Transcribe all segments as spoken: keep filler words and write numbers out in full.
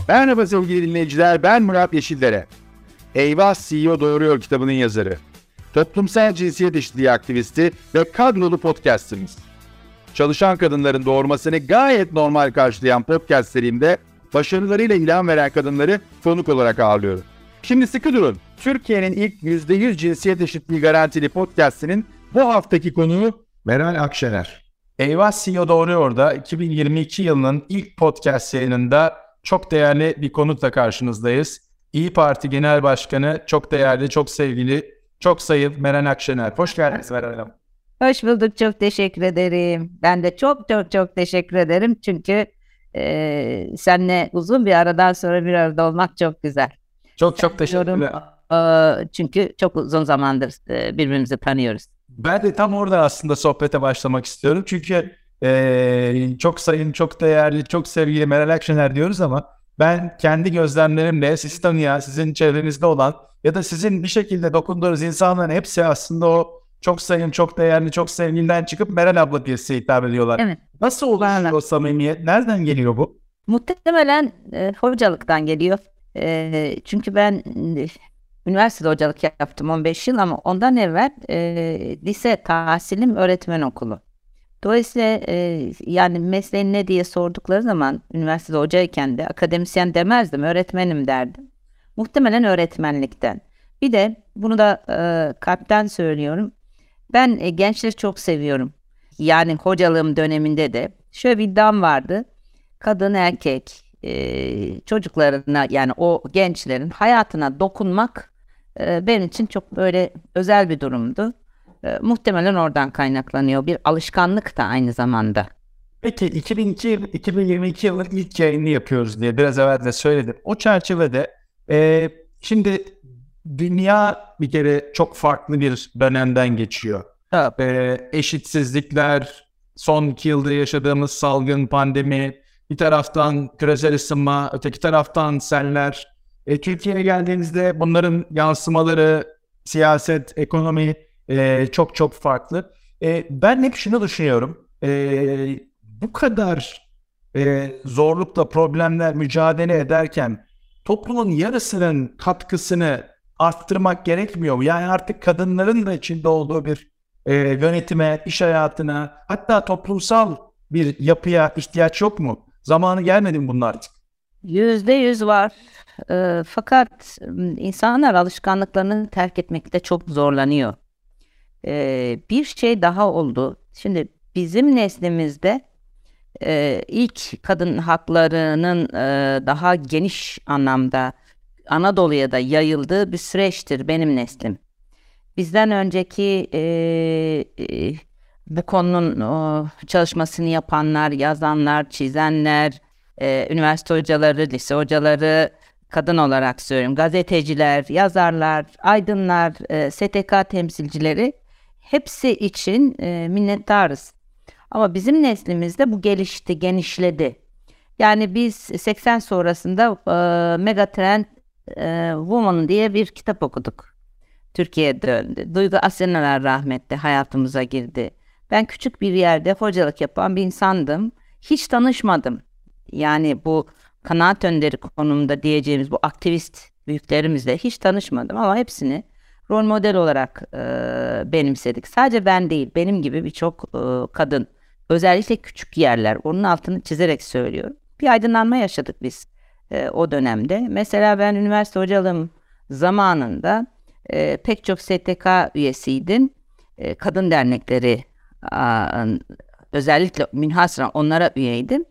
Merhaba sevgili dinleyiciler, ben Murat Yeşildere. Eyvah C E O Doğuruyor kitabının yazarı. Toplumsal cinsiyet eşitliği aktivisti ve kadrolu podcastımız. Çalışan kadınların doğurmasını gayet normal karşılayan podcast serimde başarılarıyla ilham veren kadınları konuk olarak ağırlıyorum. Şimdi sıkı durun. Türkiye'nin ilk yüzde yüz cinsiyet eşitliği garantili podcastinin bu haftaki konuğu Meral Akşener. Eyvah C E O Doğuruyor'da iki bin yirmi iki yılının ilk podcast yayınında çok değerli bir konukla karşınızdayız. İYİ Parti Genel Başkanı, çok değerli, çok sevgili, çok sayılı Meral Akşener. Hoş geldiniz Meral Hanım. Hoş bulduk, çok teşekkür ederim. Ben de çok çok çok teşekkür ederim. Çünkü e, seninle uzun bir aradan sonra bir arada olmak çok güzel. Çok çok teşekkürler. E, çünkü çok uzun zamandır e, birbirimizi tanıyoruz. Ben de tam orada aslında sohbete başlamak istiyorum. Çünkü e, çok sayın, çok değerli, çok sevgili Meral Akşener diyoruz ama ben kendi gözlemlerimle sizi tanıyan, sizin çevrenizde olan ya da sizin bir şekilde dokunduğunuz insanların hepsi aslında o çok sayın, çok değerli, çok sevgiliden çıkıp Meral abla diye size hitap ediyorlar. Evet. Nasıl oluşuyor o samimiyet? Nereden geliyor bu? Muhtemelen e, hocalıktan geliyor. E, çünkü ben e, üniversitede hocalık yaptım on beş yıl ama ondan evvel e, lise tahsilim öğretmen okulu. Dolayısıyla e, yani mesleğin ne diye sordukları zaman üniversitede hocayken de akademisyen demezdim, öğretmenim derdim. Muhtemelen öğretmenlikten. Bir de bunu da e, kalpten söylüyorum. Ben e, gençleri çok seviyorum. Yani hocalığım döneminde de şöyle bir iddiam vardı. Kadın, erkek, e, çocuklarına yani o gençlerin hayatına dokunmak e, benim için çok böyle özel bir durumdu. E, muhtemelen oradan kaynaklanıyor. Bir alışkanlık da aynı zamanda. Peki iki bin iki iki bin yirmi iki yılının ilk yayını yapıyoruz diye biraz evvel de söyledim. O çerçevede e, şimdi dünya bir kere çok farklı bir dönemden geçiyor. E, eşitsizlikler, son iki yıldır yaşadığımız salgın, pandemi, bir taraftan küresel ısınma, öteki taraftan seller. E, Türkiye'ye geldiğinizde bunların yansımaları, siyaset, ekonomi e, çok çok farklı. E, ben hep şunu düşünüyorum. E, bu kadar e, zorlukla problemler mücadele ederken toplumun yarısının katkısını arttırmak gerekmiyor mu? Yani artık kadınların da içinde olduğu bir e, yönetime, iş hayatına, hatta toplumsal bir yapıya ihtiyaç yok mu? Zamanı gelmedi mi bunlar artık? Yüzde yüz var. E, fakat insanlar alışkanlıklarını terk etmekte çok zorlanıyor. E, bir şey daha oldu. Şimdi bizim neslimizde e, ilk kadın haklarının e, daha geniş anlamda Anadolu'ya da yayıldığı bir süreçtir benim neslim. Bizden önceki e, e, bu konunun o, çalışmasını yapanlar, yazanlar, çizenler, e, üniversite hocaları, lise hocaları, kadın olarak söylüyorum, gazeteciler, yazarlar, aydınlar, e, S T K temsilcileri hepsi için e, minnettarız. Ama bizim neslimizde bu gelişti, genişledi. Yani biz seksen sonrasında e, Megatrend e, Woman diye bir kitap okuduk. Türkiye'ye döndü. Duygu Asenalar rahmetli hayatımıza girdi. Ben küçük bir yerde hocalık yapan bir insandım. Hiç tanışmadım. Yani bu kanaat önderi konumunda diyeceğimiz bu aktivist büyüklerimizle hiç tanışmadım ama hepsini rol model olarak e, benimsedik. Sadece ben değil, benim gibi birçok e, kadın, özellikle küçük yerler, onun altını çizerek söylüyorum. Bir aydınlanma yaşadık biz e, o dönemde. Mesela ben üniversite hocalığım zamanında e, pek çok S T K üyesiydim. E, kadın dernekleri a, özellikle münhasıran onlara üyeydim.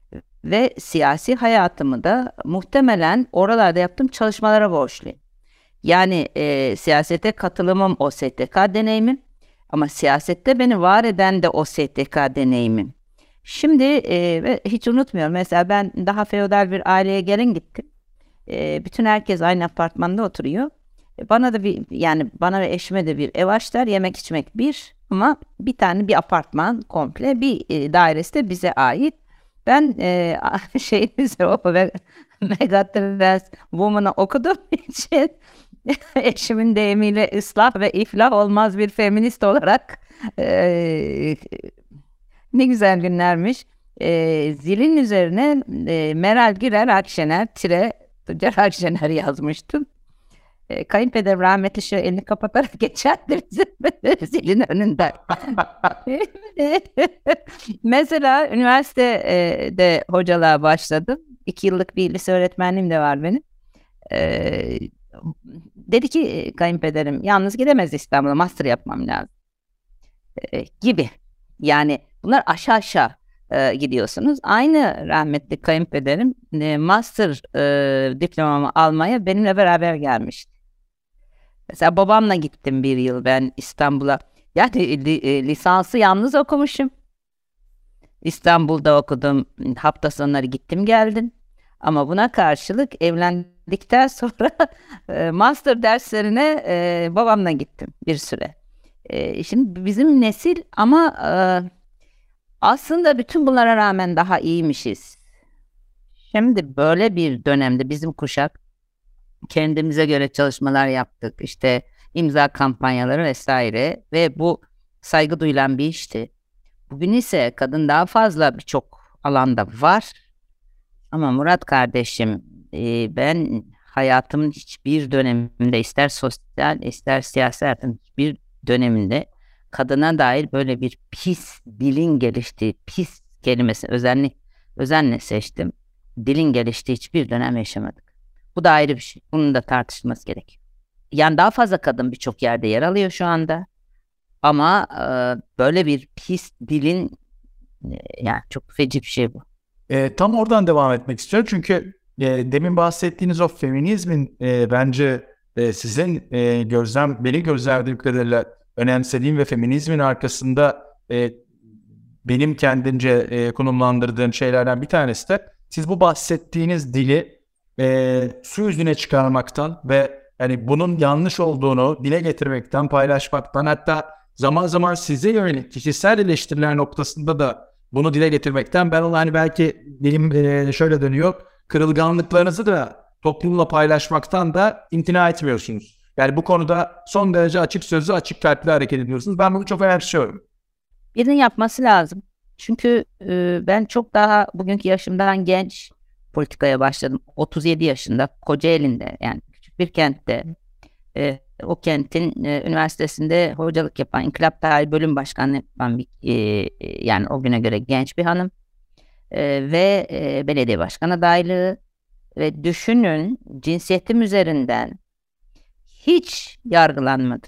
Ve siyasi hayatımı da muhtemelen oralarda yaptığım çalışmalara borçluyum. Yani e, siyasete katılımım o S T K deneyimim ama siyasette beni var eden de o S T K deneyimim. Şimdi e, hiç unutmuyorum, mesela ben daha feodal bir aileye gelin gittim. E, bütün herkes aynı apartmanda oturuyor. E, bana da bir yani bana ve eşime de bir ev açtılar, yemek içmek bir ama bir tane bir apartman komple bir e, dairesi de bize ait. Ben e, şeyimizi o Megatrend Woman'ı okuduğum için eşimin deyimiyle ıslah ve iflah olmaz bir feminist olarak e, ne güzel günlermiş. e, zilin üzerine e, Meral Gürer Akşener tire Tuncer Akşener yazmıştım. E, kayınpeder rahmetli şu elini kapatarak geçerdi bizim zilin önünden. Mesela üniversitede hocalığa başladım. İki yıllık bir lise öğretmenliğim de var benim. E, dedi ki kayınpederim yalnız gidemez İstanbul'a, master yapmam lazım. E, gibi. Yani bunlar aşağı aşağı e, gidiyorsunuz. Aynı rahmetli kayınpederim e, master e, diplomamı almaya benimle beraber gelmişti. Mesela babamla gittim bir yıl ben İstanbul'a. Yani li, e, lisansı yalnız okumuşum. İstanbul'da okudum. Hafta sonları gittim geldim. Ama buna karşılık evlendikten sonra e, master derslerine e, babamla gittim bir süre. E, şimdi bizim nesil ama e, aslında bütün bunlara rağmen daha iyiymişiz. Şimdi böyle bir dönemde bizim kuşak kendimize göre çalışmalar yaptık. İşte imza kampanyaları vesaire ve bu saygı duyulan bir işti. Bugün ise kadın daha fazla birçok alanda var. Ama Murat kardeşim e, ben hayatımın hiçbir döneminde ister sosyal ister siyasi hayatımın hiçbir döneminde kadına dair böyle bir pis dilin geliştiği, pis kelimesi özenli, özenle seçtim. Dilin geliştiği hiçbir dönem yaşamadık. Bu da ayrı bir şey. Bunun da tartışılması gerekiyor. Yani daha fazla kadın birçok yerde yer alıyor şu anda. Ama e, böyle bir pis dilin e, yani çok feci bir şey bu. E, tam oradan devam etmek istiyorum. Çünkü e, demin bahsettiğiniz o feminizmin e, bence e, sizin e, gözlem, beni gözlemlediğim kadarıyla önemsediğim ve feminizmin arkasında e, benim kendince e, konumlandırdığım şeylerden bir tanesi de siz bu bahsettiğiniz dili e, su yüzüne çıkarmaktan ve yani bunun yanlış olduğunu dile getirmekten, paylaşmaktan, hatta zaman zaman size yönelik kişisel eleştiriler noktasında da bunu dile getirmekten, ben onu hani belki dilim e, şöyle dönüyor, kırılganlıklarınızı da toplumla paylaşmaktan da imtina etmiyorsunuz. Yani bu konuda son derece açık sözlü, açık kalpli hareket ediyorsunuz. Ben bunu çok önemsiyorum. Birinin yapması lazım. Çünkü e, ben çok daha bugünkü yaşımdan genç politikaya başladım. otuz yedi yaşında Kocaeli'nde, yani küçük bir kentte, e, o kentin e, üniversitesinde hocalık yapan, İnkılap Tarihi Bölüm Başkanlığı yapan bir, e, yani o güne göre genç bir hanım e, ve e, belediye başkanı adaylığı ve düşünün cinsiyetim üzerinden hiç yargılanmadım.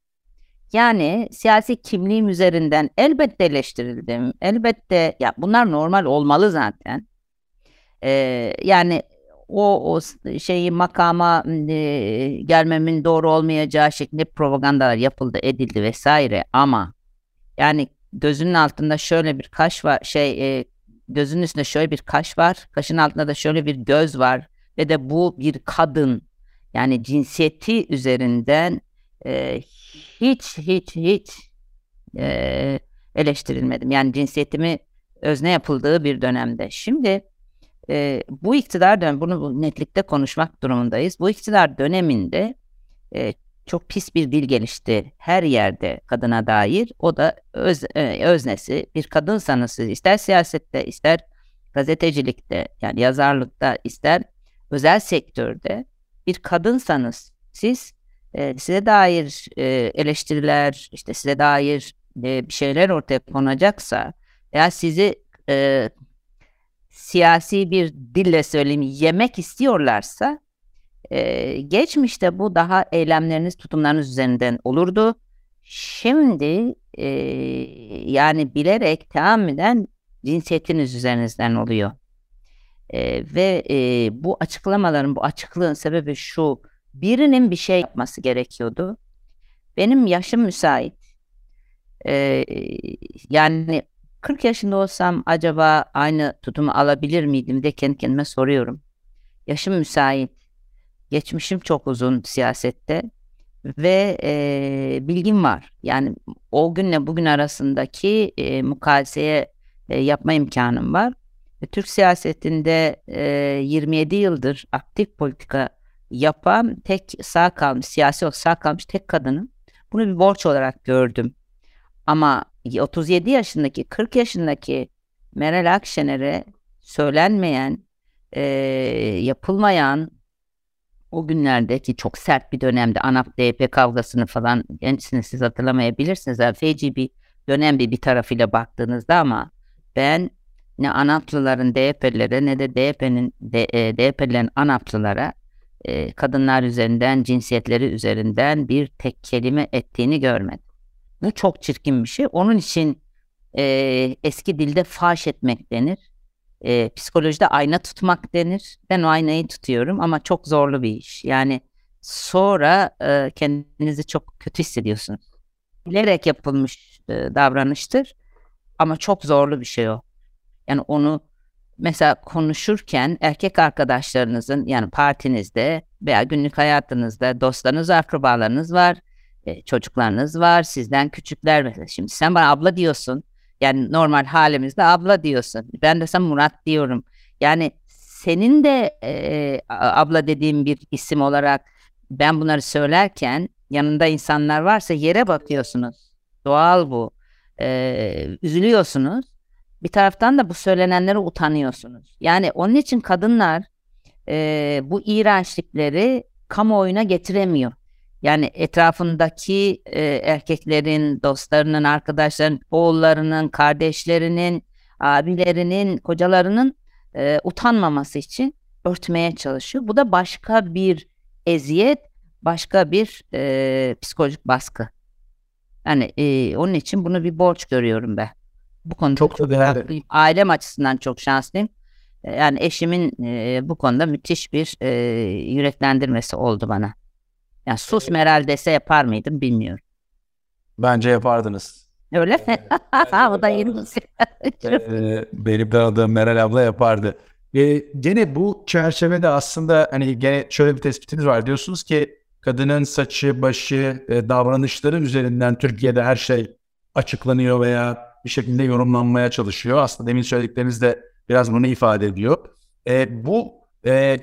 Yani siyasi kimliğim üzerinden elbette eleştirildim. Elbette ya bunlar normal olmalı zaten. Ee, yani o, o şeyi makama e, gelmemin doğru olmayacağı şeklinde propagandalar yapıldı, edildi vesaire, ama yani gözünün altında şöyle bir kaş var, şey e, gözünün üstünde şöyle bir kaş var, kaşın altında da şöyle bir göz var ve de bu bir kadın. Yani cinsiyeti üzerinden e, hiç hiç hiç e, eleştirilmedim. Yani cinsiyetimi özne yapıldığı bir dönemde. Şimdi e, bu iktidar dönemi, bunu bu netlikte konuşmak durumundayız. Bu iktidar döneminde e, çok pis bir dil gelişti her yerde kadına dair. O da öz, e, öznesi bir kadınsanız siz ister siyasette, ister gazetecilikte, yani yazarlıkta, ister özel sektörde bir kadınsanız siz e, size dair e, eleştiriler, işte size dair e, bir şeyler ortaya konacaksa veya sizi e, siyasi bir dille söyleyeyim yemek istiyorlarsa e, geçmişte bu daha eylemleriniz, tutumlarınız üzerinden olurdu. Şimdi e, yani bilerek tahammüden cinsiyetiniz üzerinizden oluyor. E, ve e, bu açıklamaların, bu açıklığın sebebi şu: birinin bir şey yapması gerekiyordu. Benim yaşım müsait. E, yani kırk yaşında olsam acaba aynı tutumu alabilir miydim de kendi kendime soruyorum. Yaşım müsait. Geçmişim çok uzun siyasette ve e, bilgim var. Yani o günle bugün arasındaki e, mukayeseye e, yapma imkanım var. Ve Türk siyasetinde e, yirmi yedi yıldır aktif politika yapan tek sağ kalmış, siyasi olarak sağ kalmış tek kadınım. Bunu bir borç olarak gördüm. Ama otuz yedi yaşındaki, kırk yaşındaki Meral Akşener'e söylenmeyen, e, yapılmayan, o günlerdeki çok sert bir dönemde ANAP-D Y P kavgasını falan gençsiniz, siz hatırlamayabilirsiniz. Yani feci bir dönem bir, bir tarafıyla baktığınızda, ama ben ne ANAP'lıların D Y P'lilere ne de D Y P'nin D Y P'lilerin ANAP'lılara e, kadınlar üzerinden, cinsiyetleri üzerinden bir tek kelime ettiğini görmedim. Bu çok çirkin bir şey. Onun için e, eski dilde faş etmek denir. E, psikolojide ayna tutmak denir. Ben o aynayı tutuyorum ama çok zorlu bir iş. Yani sonra e, kendinizi çok kötü hissediyorsunuz. Bilerek yapılmış e, davranıştır ama çok zorlu bir şey o. Yani onu mesela konuşurken erkek arkadaşlarınızın, yani partinizde veya günlük hayatınızda dostlarınız, akrabalarınız var, e, çocuklarınız var, sizden küçükler mesela. Şimdi sen bana abla diyorsun. Yani normal halimizde abla diyorsun. Ben de sana Murat diyorum. Yani senin de e, abla dediğim bir isim olarak ben bunları söylerken yanında insanlar varsa yere bakıyorsunuz. Doğal bu. E, üzülüyorsunuz. Bir taraftan da bu söylenenlere utanıyorsunuz. Yani onun için kadınlar e, bu iğrençlikleri kamuoyuna getiremiyor. Yani etrafındaki e, erkeklerin, dostlarının, arkadaşlarının, oğullarının, kardeşlerinin, abilerinin, kocalarının e, utanmaması için örtmeye çalışıyor. Bu da başka bir eziyet, başka bir e, psikolojik baskı. Yani e, onun için bunu bir borç görüyorum ben. Bu konuda Çok çok da değerli. şanslıyım. Ailem açısından çok şanslıyım. E, Yani eşimin e, bu konuda müthiş bir e, yüreklendirmesi oldu bana. Yani sus Meral dese yapar mıydım bilmiyorum. Bence yapardınız. Öyle mi? O da yeni bir şey. Ee, benim tanıdığım Meral abla yapardı. Ee, gene bu çerçevede aslında hani gene şöyle bir tespitiniz var. Diyorsunuz ki kadının saçı, başı, e, davranışları üzerinden Türkiye'de her şey açıklanıyor veya bir şekilde yorumlanmaya çalışıyor. Aslında demin söyledikleriniz de biraz bunu ifade ediyor. E, bu e,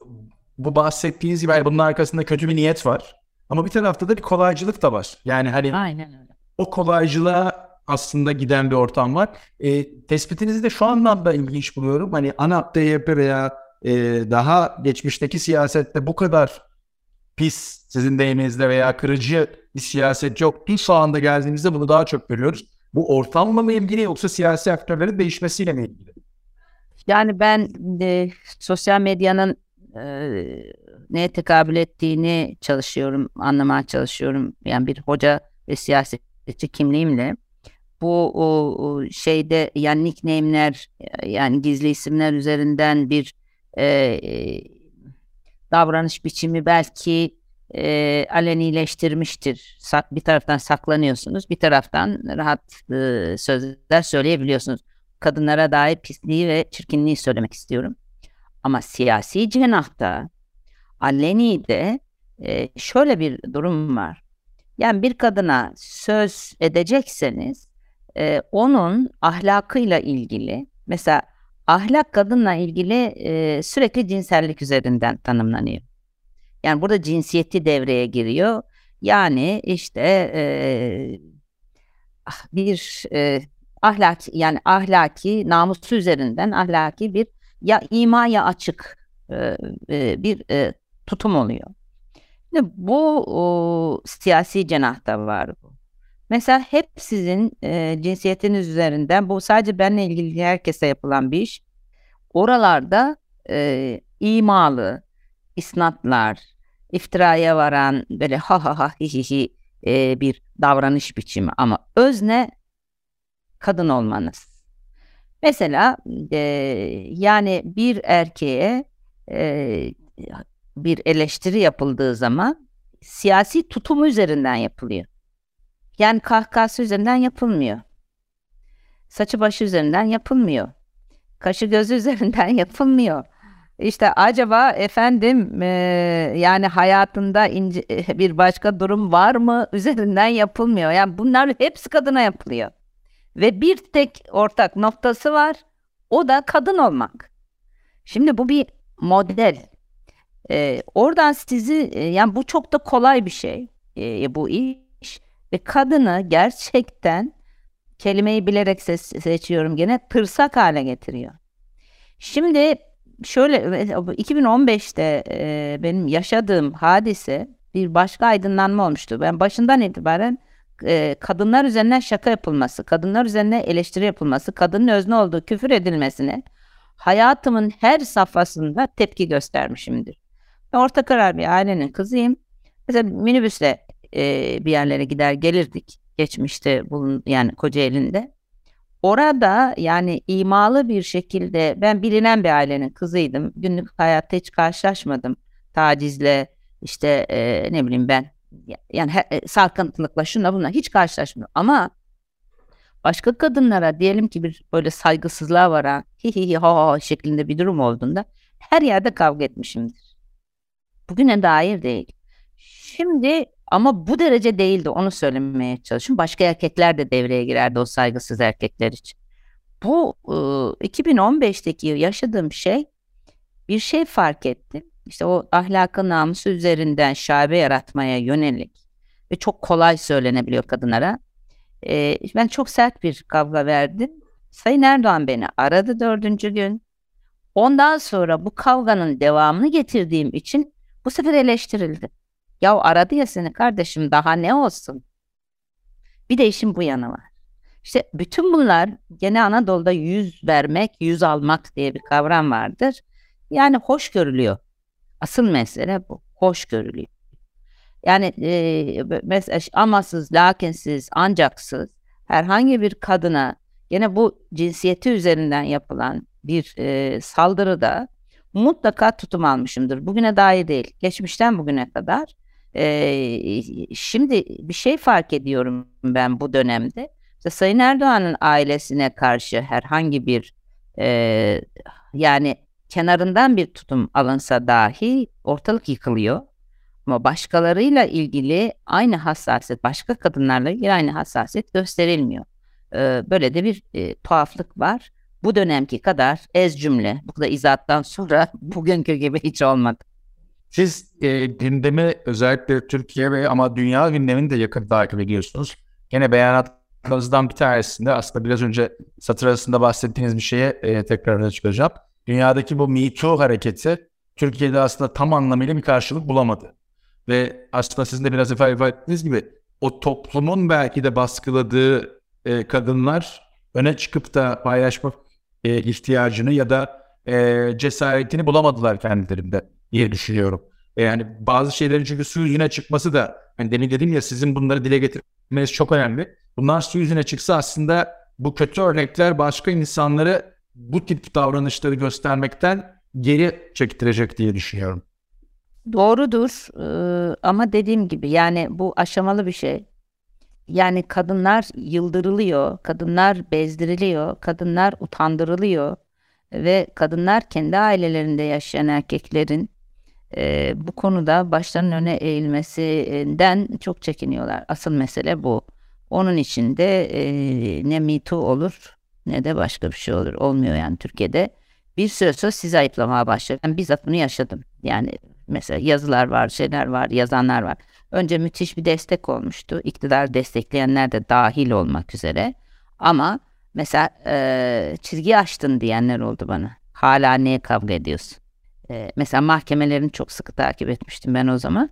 bu bahsettiğiniz gibi yani bunun arkasında kötü bir niyet var. Ama bir tarafta da bir kolaycılık da var. Yani hani Aynen öyle. o kolaycılığa aslında giden bir ortam var. E, tespitinizi de şu anlamda ilginç buluyorum. Hani ANAP-D Y P veya e, daha geçmişteki siyasette bu kadar pis, sizin deyiminizde, veya kırıcı bir siyaset yok. Şu anda geldiğimizde bunu daha çok görüyoruz. Bu ortamla mı ilgili yoksa siyasi aktörlerin değişmesiyle mi ilgili? Yani ben de sosyal medyanın e, neye tekabül ettiğini çalışıyorum, anlamaya çalışıyorum. Yani bir hoca ve siyasetçi kimliğimle bu o, o şeyde, yani nickname'ler, yani gizli isimler üzerinden bir e, e, davranış biçimi belki e, alenileştirmiştir. Sak, bir taraftan saklanıyorsunuz, bir taraftan rahat e, sözler söyleyebiliyorsunuz. Kadınlara dair pisliği ve çirkinliği söylemek istiyorum. Ama siyasi cenahta, aleni e, şöyle bir durum var. Yani bir kadına söz edecekseniz e, onun ahlakıyla ilgili, mesela ahlak kadınla ilgili e, sürekli cinsellik üzerinden tanımlanıyor. Yani burada cinsiyeti devreye giriyor. Yani işte e, bir e, ahlaki, yani ahlaki namusu üzerinden ahlaki bir ya ima ya açık e, e, bir e, tutum oluyor. Şimdi bu o, siyasi cenahta var bu. Mesela hep sizin e, cinsiyetiniz üzerinden, bu sadece benimle ilgili herkese yapılan bir iş. Oralarda e, imalı, isnatlar, iftiraya varan böyle ha ha ha hi hi hi e, bir davranış biçimi, ama özne kadın olmanız. Mesela e, yani bir erkeğe e, bir eleştiri yapıldığı zaman siyasi tutumu üzerinden yapılıyor. Yani kahkahası üzerinden yapılmıyor. Saçı başı üzerinden yapılmıyor. Kaşı gözü üzerinden yapılmıyor. İşte acaba efendim e, yani hayatında ince, bir başka durum var mı üzerinden yapılmıyor. Yani bunlar hepsi kadına yapılıyor. Ve bir tek ortak noktası var. O da kadın olmak. Şimdi bu bir model. E, oradan sizi e, yani bu çok da kolay bir şey e, bu iş. Ve kadını gerçekten kelimeyi bilerek ses- seçiyorum gene, tırsak hale getiriyor. Şimdi şöyle, iki bin on beşte e, benim yaşadığım hadise bir başka aydınlanma olmuştu. Ben başından itibaren e, kadınlar üzerinden şaka yapılması, kadınlar üzerine eleştiri yapılması, kadının özne olduğu küfür edilmesine hayatımın her safhasında tepki göstermişimdir. Ben orta karar bir ailenin kızıyım. Mesela minibüsle e, bir yerlere gider gelirdik. Geçmişte bulun, yani Kocaeli'nde. Orada yani imalı bir şekilde, ben bilinen bir ailenin kızıydım. Günlük hayatta hiç karşılaşmadım. Tacizle, işte e, ne bileyim ben, yani he- e, sarkıntılıkla, şuna buna hiç karşılaşmadım. Ama başka kadınlara diyelim ki bir böyle saygısızlığa varan hi hi hi ha ha şeklinde bir durum olduğunda her yerde kavga etmişimdir. Bugüne dair değil. Şimdi ama bu derece değildi, onu söylemeye çalışıyorum. Başka erkekler de devreye girerdi o saygısız erkekler için. Bu ıı, iki bin on beşteki yaşadığım şey, bir şey fark ettim. İşte o ahlakı namusu üzerinden şaibe yaratmaya yönelik ve çok kolay söylenebiliyor kadınlara. Ee, ben çok sert bir kavga verdim. Sayın Erdoğan beni aradı dördüncü gün. Ondan sonra bu kavganın devamını getirdiğim için bu sefer eleştirildi. Ya aradı ya seni kardeşim, daha ne olsun? Bir de işin bu yanı var. İşte bütün bunlar, gene Anadolu'da yüz vermek, yüz almak diye bir kavram vardır. Yani hoş görülüyor. Asıl mesele bu. Hoş görülüyor. Yani e, mesela amasız, lakinsiz, ancaksız herhangi bir kadına gene bu cinsiyeti üzerinden yapılan bir e, saldırıda mutlaka tutum almışımdır. Bugüne dair değil, geçmişten bugüne kadar. E, şimdi bir şey fark ediyorum ben bu dönemde. İşte Sayın Erdoğan'ın ailesine karşı herhangi bir e, yani kenarından bir tutum alınsa dahi ortalık yıkılıyor. Ama başkalarıyla ilgili aynı hassasiyet, başka kadınlarla ilgili aynı hassasiyet gösterilmiyor. Ee, böyle de bir e, tuhaflık var. Bu dönemki kadar ez cümle, bu kadar izahattan sonra bugünkü gibi hiç olmadı. Siz e, gündemi özellikle Türkiye ve ama dünya gündemini de yakın takip ediyorsunuz. Gene beyanatlarınızdan bir tanesinde aslında biraz önce satır arasında bahsettiğiniz bir şeye e, tekrar çıkacağım. Dünyadaki bu Me Too hareketi Türkiye'de aslında tam anlamıyla bir karşılık bulamadı. Ve aslında sizin de biraz ifade ettiğiniz gibi o toplumun belki de baskıladığı e, kadınlar öne çıkıp da paylaşmak e, ihtiyacını ya da e, cesaretini bulamadılar kendilerinde diye düşünüyorum. E, yani bazı şeylerin çünkü su yüzüne çıkması da, hani demin dedim ya, sizin bunları dile getirmeniz çok önemli. Bunlar su yüzüne çıksa aslında bu kötü örnekler başka insanları bu tip davranışları göstermekten geri çektirecek diye düşünüyorum. Doğrudur. Ee, ama dediğim gibi yani bu aşamalı bir şey. Yani kadınlar yıldırılıyor, kadınlar bezdiriliyor, kadınlar utandırılıyor ve kadınlar kendi ailelerinde yaşayan erkeklerin e, bu konuda başlarının öne eğilmesinden çok çekiniyorlar. Asıl mesele bu. Onun için de e, ne Me Too olur ne de başka bir şey olur. Olmuyor yani Türkiye'de. Bir süre sonra sizi ayıplamaya başlıyor. Ben bizzat bunu yaşadım. Yani mesela yazılar var, şeyler var, yazanlar var. Önce müthiş bir destek olmuştu. İktidar destekleyenler de dahil olmak üzere. Ama mesela e, çizgi aştın diyenler oldu bana. Hala niye kavga ediyorsun? E, mesela mahkemelerini çok sıkı takip etmiştim ben o zaman.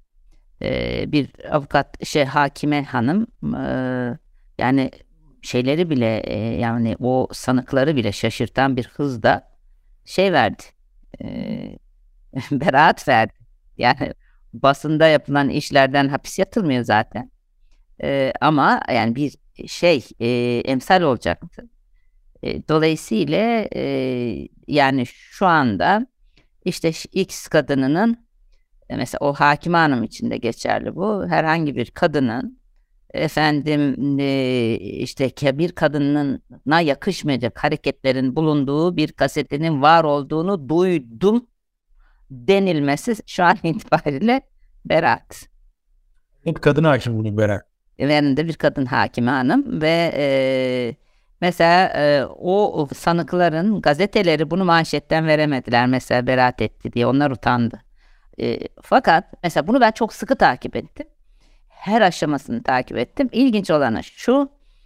E, bir avukat, şey hakime hanım, e, yani şeyleri bile e, yani o sanıkları bile şaşırtan bir hızda şey verdi. E, beraat verdi. Yani basında yapılan işlerden hapis yatılmıyor zaten. E, ama yani bir şey e, emsal olacaktı. E, dolayısıyla e, yani şu anda işte X kadınının, e, mesela o Hakime Hanım için de geçerli bu. Herhangi bir kadının efendim e, işte ke- bir kadınına yakışmayacak hareketlerin bulunduğu bir kasetinin var olduğunu duydum denilmesi şu an itibariyle beraat. Bir kadın hakim bunu merak. Yanında bir kadın Hakime Hanım ve e, mesela e, o sanıkların gazeteleri bunu manşetten veremediler, mesela beraat etti diye, onlar utandı. E, fakat mesela bunu ben çok sıkı takip ettim. Her aşamasını takip ettim. İlginç olanı şu,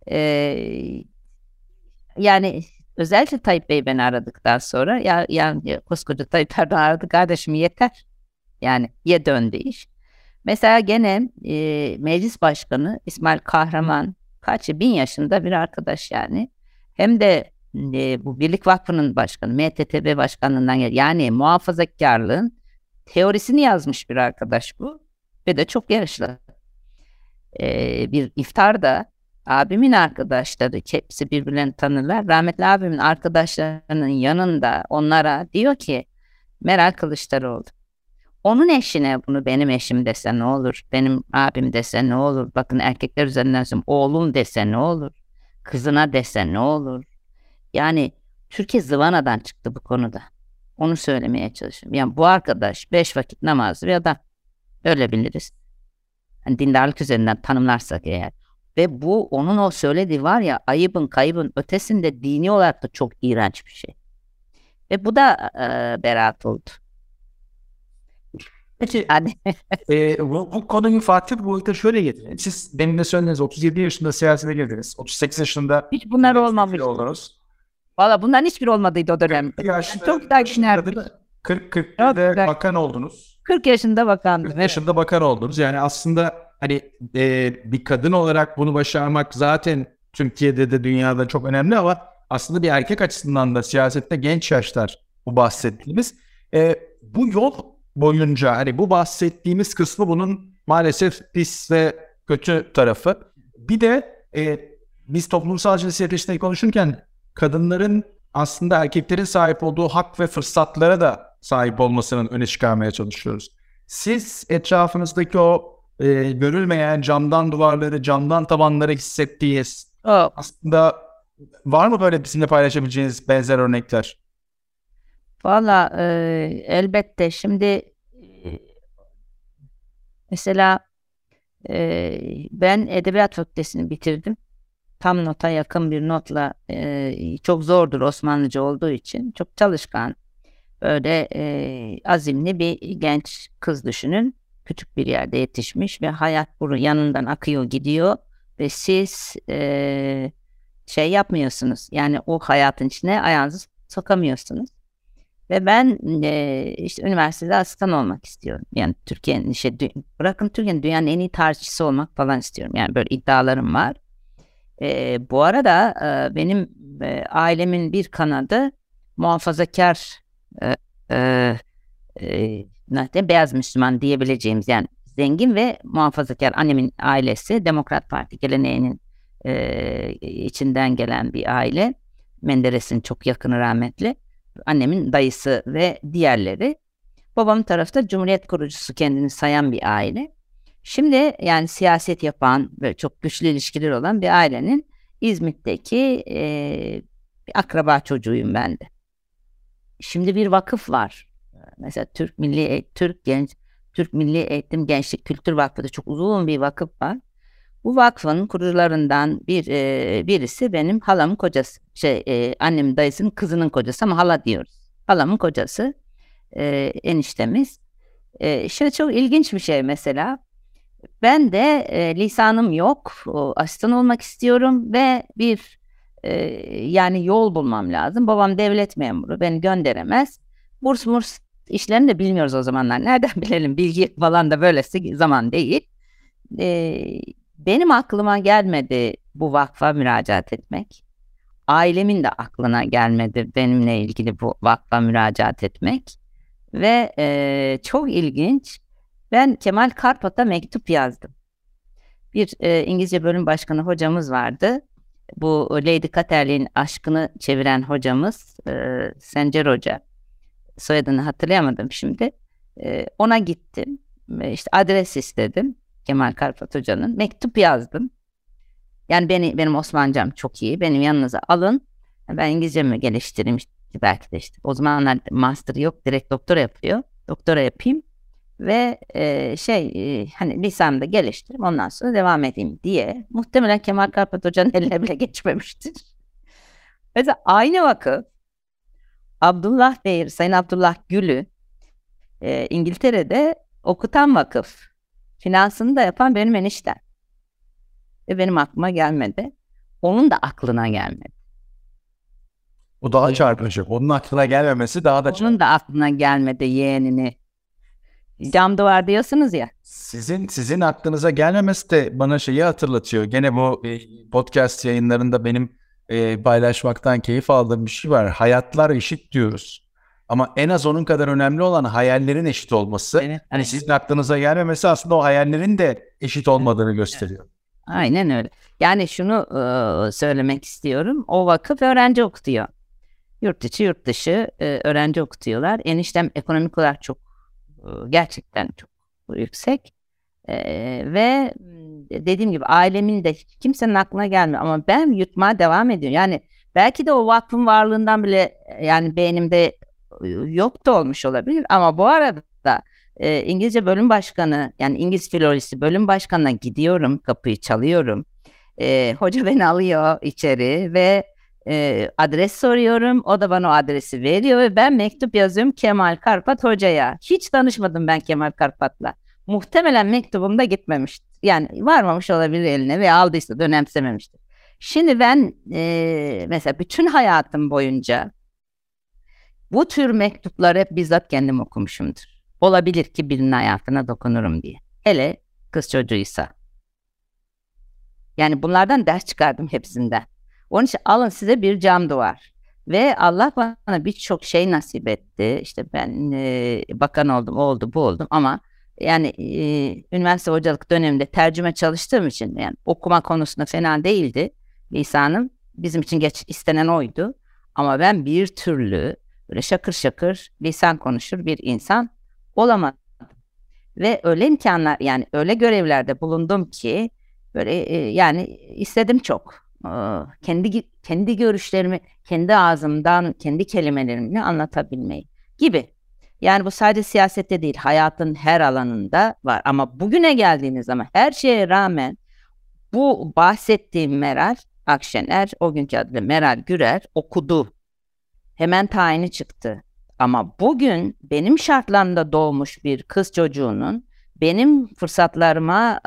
Ee, yani özellikle Tayyip Bey beni aradıktan sonra ya yani koskoca Tayyip Erdoğan aradı kardeşim yeter. Yani ye döndü iş. Mesela gene e, meclis başkanı İsmail Kahraman kaç bin yaşında bir arkadaş yani. Hem de e, bu Birlik Vakfı'nın başkanı, M T T B başkanlığından gel. Yani muhafazakarlığın teorisini yazmış bir arkadaş bu. Ve de çok yaşlı. E, bir iftarda abimin arkadaşları hepsi birbirlerini tanırlar. Rahmetli abimin arkadaşlarının yanında onlara diyor ki Meral Kılıçdaroğlu. Onun eşine bunu benim eşim dese ne olur? Benim abim dese ne olur? Bakın erkekler üzerinden söylüyorum. Oğlum dese ne olur? Kızına dese ne olur? Yani Türkiye zıvanadan çıktı bu konuda. Onu söylemeye çalışıyorum. Yani bu arkadaş beş vakit namazlı bir adam. Öyle biliriz. Yani dindarlık üzerinden tanımlarsak eğer. Ve bu onun o söylediği var ya ayıbın kaybın ötesinde dini olarak da çok iğrenç bir şey. Ve bu da e, beraat oldu. Peki e, bu, bu konuyu farklı bir boyuta şöyle getirin. Siz demin de söylediniz otuz yedi yaşında siyasete girdiniz. otuz sekiz yaşında hiç bunlar olmamış. Oldunuz. Valla bunların hiçbir olmadıydı o dönem. Yaşında, çok daha düşünerdim. kırk kırkta bakan oldunuz. kırk yaşında bakandım. kırk yaşında bakan oldunuz. Yani aslında hani e, bir kadın olarak bunu başarmak zaten Türkiye'de de dünyada çok önemli ama aslında bir erkek açısından da siyasette genç yaşlar bu bahsettiğimiz. E, bu yol boyunca hani bu bahsettiğimiz kısmı bunun maalesef pis ve kötü tarafı. Bir de e, biz toplumsal cinsiyet eşitliği konuşurken kadınların aslında erkeklerin sahip olduğu hak ve fırsatlara da sahip olmasının öne çıkarmaya çalışıyoruz. Siz etrafınızdaki o e, görülmeyen camdan duvarları, camdan tavanları hissettiğiniz oh. aslında var mı böyle bizimle paylaşabileceğiniz benzer örnekler? Valla e, elbette şimdi e, mesela e, ben Edebiyat Fakültesini bitirdim. Tam nota yakın bir notla e, çok zordur Osmanlıca olduğu için. Çok çalışkan, böyle e, azimli bir genç kız düşünün. Küçük bir yerde yetişmiş ve hayat bunu yanından akıyor gidiyor. Ve siz e, şey yapmıyorsunuz. Yani o hayatın içine ayağınızı sokamıyorsunuz. Ve ben e, işte üniversitede asistan olmak istiyorum. Yani Türkiye'nin işte bırakın Türkiye'nin dünyanın en iyi tarihçisi olmak falan istiyorum. Yani böyle iddialarım var. E, bu arada e, benim e, ailemin bir kanadı muhafazakar e, e, e, beyaz Müslüman diyebileceğimiz yani zengin ve muhafazakar. Annemin ailesi Demokrat Parti geleneğinin e, içinden gelen bir aile. Menderes'in çok yakını rahmetli. Annemin dayısı ve diğerleri. Babamın tarafı da Cumhuriyet kurucusu kendini sayan bir aile. Şimdi yani siyaset yapan ve çok güçlü ilişkiler olan bir ailenin İzmit'teki e, bir akraba çocuğuyum ben de. Şimdi bir vakıf var. Mesela Türk Milli Türk Genç Türk Milli Eğitim Gençlik Kültür Vakfı'da çok uzun bir vakıf var. Bu vakfın kurucularından bir e, birisi benim halamın kocası. Şey e, annemin dayısının kızının kocası ama hala diyoruz. Halamın kocası e, eniştemiz. E, şimdi çok ilginç bir şey mesela. Ben de e, lisanım yok, o, asistan olmak istiyorum ve bir e, yani yol bulmam lazım. Babam devlet memuru, beni gönderemez. Burs murs işlerini de bilmiyoruz o zamanlar. Nereden bilelim, bilgi falan da böylesi zaman değil. E, benim aklıma gelmedi bu vakfa müracaat etmek. Ailemin de aklına gelmedi benimle ilgili bu vakfa müracaat etmek. Ve e, çok ilginç. Ben Kemal Karpat'a mektup yazdım. Bir e, İngilizce bölüm başkanı hocamız vardı. Bu Lady Katerli'nin aşkını çeviren hocamız e, Sencer Hoca. Soyadını hatırlayamadım şimdi. E, ona gittim. E, işte adres istedim Kemal Karpat Hoca'nın. Mektup yazdım. Yani beni benim Osmancam çok iyi. Benim yanınıza alın. Ben İngilizcemi geliştireyim. İşte, belki de işte. O zamanlar master yok. Direkt doktora yapıyor. Doktora yapayım. Ve e, şey e, hani lisanımda geliştirip ondan sonra devam edeyim diye. Muhtemelen Kemal Karpat Hoca'nın eline bile geçmemiştir. Mesela aynı vakıf Abdullah Bey, Sayın Abdullah Gül'ü e, İngiltere'de okutan vakıf. Finansını da yapan benim eniştem. Ve benim aklıma gelmedi. Onun da aklına gelmedi. O daha çarpıcı. Onun aklına gelmemesi daha da çarpıcı. Onun da aklına gelmedi yeğenini. Cam duvar diyorsunuz ya. Sizin sizin aklınıza gelmemesi de bana şeyi hatırlatıyor. Gene bu e, podcast yayınlarında benim e, paylaşmaktan keyif aldığım bir şey var. Hayatlar eşit diyoruz. Ama en az onun kadar önemli olan hayallerin eşit olması. Evet. Hani sizin aklınıza gelmemesi aslında o hayallerin de eşit olmadığını gösteriyor. Aynen öyle. Yani şunu e, söylemek istiyorum. O vakıf öğrenci okutuyor. Yurt içi yurt dışı e, öğrenci okutuyorlar. Eniştem ekonomik olarak çok e, gerçekten çok yüksek. E, ve dediğim gibi ailemin de kimsenin aklına gelmiyor. Ama ben yutmaya devam ediyorum. Yani belki de o vakfın varlığından bile yani beynimde yok da olmuş olabilir. Ama bu arada e, İngilizce bölüm başkanı yani İngiliz filolojisi bölüm başkanına gidiyorum. Kapıyı çalıyorum. E, hoca beni alıyor içeri ve e, adres soruyorum. O da bana o adresi veriyor ve ben mektup yazıyorum Kemal Karpat hocaya. Hiç tanışmadım ben Kemal Karpat'la. Muhtemelen mektubum da gitmemiştir. Yani varmamış olabilir eline ve aldıysa da önemsememiştir. Şimdi ben e, mesela bütün hayatım boyunca bu tür mektupları hep bizzat kendim okumuşumdur. Olabilir ki birinin hayatına dokunurum diye. Hele kız çocuğuysa. Yani bunlardan ders çıkardım hepsinden. Onun için alın size bir cam duvar. Ve Allah bana birçok şey nasip etti. İşte ben e, bakan oldum, oldu, bu oldum ama yani e, üniversite hocalık döneminde tercüme çalıştığım için yani okuma konusunda fena değildi lisanım. Bizim için geç istenen oydu. Ama ben bir türlü böyle şakır şakır lisan konuşur bir insan olamadım. Ve öyle imkanlar yani öyle görevlerde bulundum ki böyle e, yani istedim çok. Ee, kendi kendi görüşlerimi kendi ağzımdan kendi kelimelerimle anlatabilmeyi gibi. Yani bu sadece siyasette değil hayatın her alanında var. Ama bugüne geldiğiniz zaman her şeye rağmen bu bahsettiğim Meral Akşener o günkü adıyla Meral Gürer okudu. Hemen tayini çıktı. Ama bugün benim şartlarımda doğmuş bir kız çocuğunun benim fırsatlarıma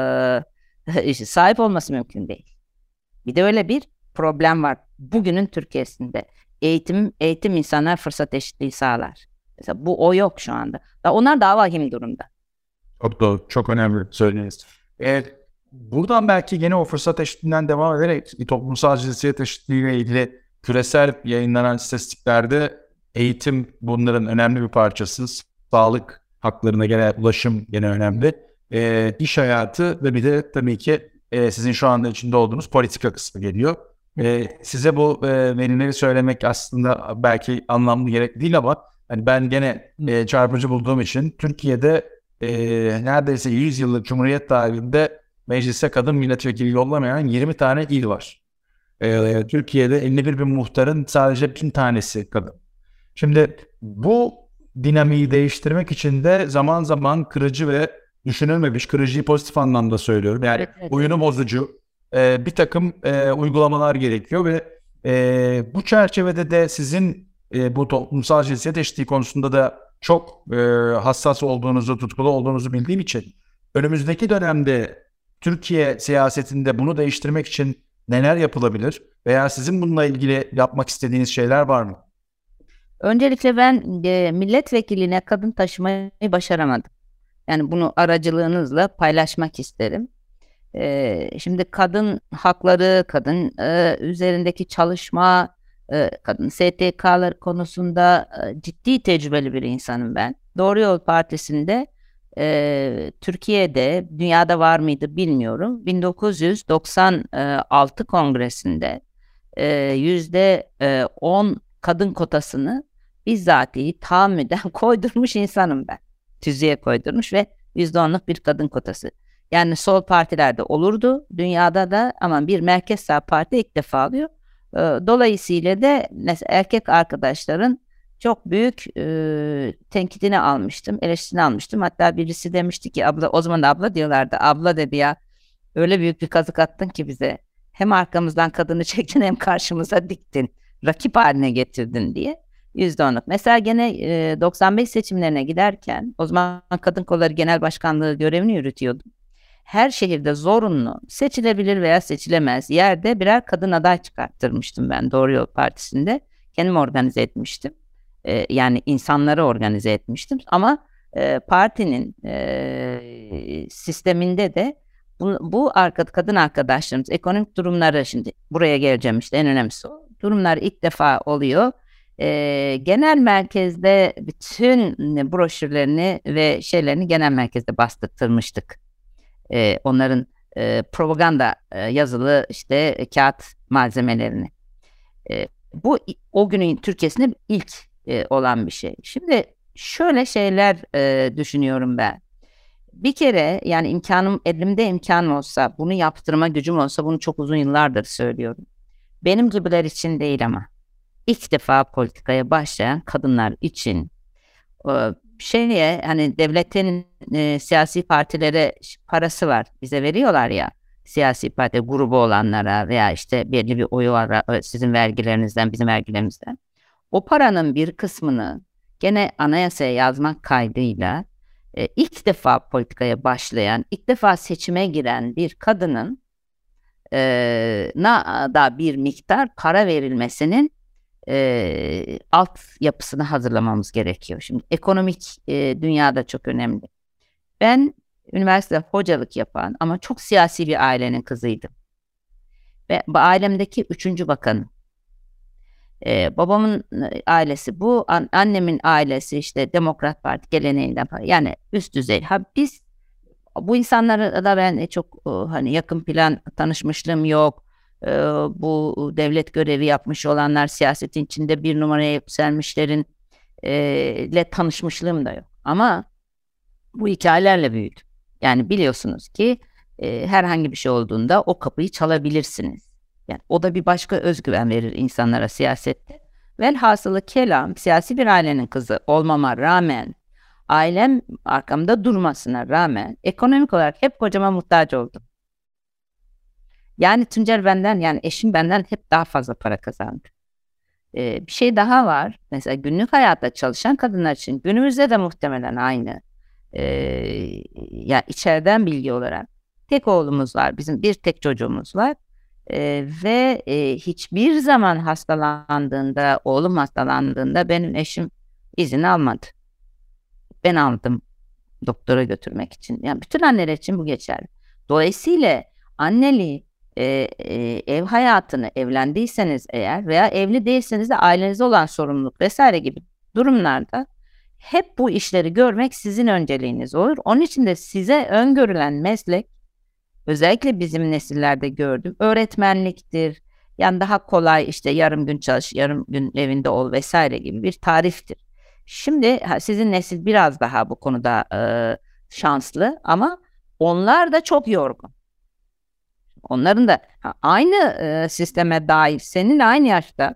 e, sahip olması mümkün değil. Bir de öyle bir problem var bugünün Türkiye'sinde. Eğitim eğitim insanlar fırsat eşitliği sağlar. Mesela bu o yok şu anda. Da onlar daha vahim durumda. Çok doğru, çok önemli söylediğiniz. Evet, buradan belki gene o fırsat eşitliğinden devam ederek toplumsal cinsiyet eşitliği ile ilgili küresel yayınlanan istatistiklerde eğitim bunların önemli bir parçası. Sağlık haklarına gene ulaşım gene önemli. E, iş hayatı ve bir de tabii ki e, sizin şu anda içinde olduğunuz politika kısmı geliyor. E, size bu e, verileri söylemek aslında belki anlamlı gerek değil ama hani ben gene e, çarpıcı bulduğum için Türkiye'de e, neredeyse yüz yıllık Cumhuriyet tarihinde meclise kadın milletvekili yollamayan yirmi tane il var. E, Türkiye'de elli bir bin muhtarın sadece bin tanesi kadın. Şimdi bu dinamiği değiştirmek için de zaman zaman kırıcı ve düşünülmemiş, kırıcıyı pozitif anlamda söylüyorum. Yani Evet, evet. oyunu bozucu e, bir takım e, uygulamalar gerekiyor ve e, bu çerçevede de sizin e, bu toplumsal cinsiyet eşitliği konusunda da çok e, hassas olduğunuzu, tutkulu olduğunuzu bildiğim için önümüzdeki dönemde Türkiye siyasetinde bunu değiştirmek için neler yapılabilir veya sizin bununla ilgili yapmak istediğiniz şeyler var mı? Öncelikle ben e, milletvekiline kadın taşımayı başaramadım. Yani bunu aracılığınızla paylaşmak isterim. E, şimdi kadın hakları, kadın e, üzerindeki çalışma, e, kadın S T K'lar konusunda e, ciddi tecrübeli bir insanım ben. Doğru Yol Partisi'nde e, Türkiye'de, dünyada var mıydı bilmiyorum. bin dokuz yüz doksan altı kongresinde e, yüzde on kadın kotasını bizzatihi tahammüden koydurmuş insanım ben. Tüzüğe koydurmuş ve yüzde onluk bir kadın kotası. Yani sol partilerde olurdu dünyada da ama bir merkez sağ parti ilk defa alıyor. Ee, dolayısıyla da mesela erkek arkadaşların çok büyük e, tenkidini almıştım, eleştirini almıştım. Hatta birisi demişti ki abla, o zaman abla diyorlardı. Abla dedi ya öyle büyük bir kazık attın ki bize. Hem arkamızdan kadını çektin hem karşımıza diktin. Rakip haline getirdin diye. yüzde onluk. Mesela gene e, doksan beş seçimlerine giderken o zaman Kadın Kolları Genel Başkanlığı görevini yürütüyordum. her şehirde zorunlu seçilebilir veya seçilemez yerde birer kadın aday çıkarttırmıştım ben Doğru Yol Partisi'nde. Kendim organize etmiştim. Ee, yani insanları organize etmiştim. Ama e, partinin e, sisteminde de bu, bu arka, kadın arkadaşlarımız ekonomik durumları, şimdi buraya geleceğim, işte en önemlisi o. Durumlar ilk defa oluyor. E, genel merkezde bütün broşürlerini ve şeylerini genel merkezde bastırtmıştık. E, onların e, propaganda e, yazılı işte e, kağıt malzemelerini. E, bu o günün Türkiye'sinde ilk e, olan bir şey. Şimdi şöyle şeyler e, düşünüyorum ben. Bir kere yani imkanım, elimde imkan olsa, bunu yaptırma gücüm olsa, bunu çok uzun yıllardır söylüyorum. Benim gibiler için değil ama ilk defa politikaya başlayan kadınlar için e, şeye, hani devletin e, siyasi partilere parası var, bize veriyorlar ya, siyasi parti grubu olanlara veya işte belli bir oyu var sizin vergilerinizden, bizim vergilerimizden. O paranın bir kısmını gene anayasaya yazmak kaydıyla e, ilk defa politikaya başlayan, ilk defa seçime giren bir kadının e, na da bir miktar para verilmesinin e, alt yapısını hazırlamamız gerekiyor. Şimdi ekonomik e, dünyada çok önemli. Ben üniversitede hocalık yapan ama çok siyasi bir ailenin kızıydım. Ve bu ailemdeki üçüncü bakanım. Ee, babamın ailesi bu, an, annemin ailesi işte Demokrat Parti geleneğinden falan, yani üst düzey. Ha, biz bu insanlara da ben çok e, hani yakın plan tanışmışlığım yok. E, bu devlet görevi yapmış olanlar, siyasetin içinde bir numaraya yükselmişlerin e, ile tanışmışlığım da yok. Ama bu hikayelerle büyüdüm. Yani biliyorsunuz ki e, herhangi bir şey olduğunda o kapıyı çalabilirsiniz. Yani o da bir başka özgüven verir insanlara siyasette. Velhasılı kelam, siyasi bir ailenin kızı olmama rağmen, ailem arkamda durmasına rağmen ekonomik olarak hep kocama muhtaç oldum. Yani Tuncer benden, yani eşim benden hep daha fazla para kazandı. Ee, bir şey daha var. Mesela günlük hayatta çalışan kadınlar için günümüzde de muhtemelen aynı. Ee, ya içeriden bilgi olarak tek oğlumuz var, bizim bir tek çocuğumuz var. Ee, ve e, hiçbir zaman hastalandığında, oğlum hastalandığında benim eşim izin almadı. Ben aldım doktora götürmek için. Yani bütün anneler için bu geçerli. Dolayısıyla anneliği, e, e, ev hayatını, evlendiyseniz eğer veya evli değilseniz de ailenize olan sorumluluk vesaire gibi durumlarda hep bu işleri görmek sizin önceliğiniz olur. Onun için de size öngörülen meslek, özellikle bizim nesillerde gördüm, öğretmenliktir. Yani daha kolay, işte yarım gün çalış, yarım gün evinde ol vesaire gibi bir tariftir. Şimdi sizin nesil biraz daha bu konuda e, şanslı ama onlar da çok yorgun. Onların da aynı e, sisteme dahil, senin aynı yaşta,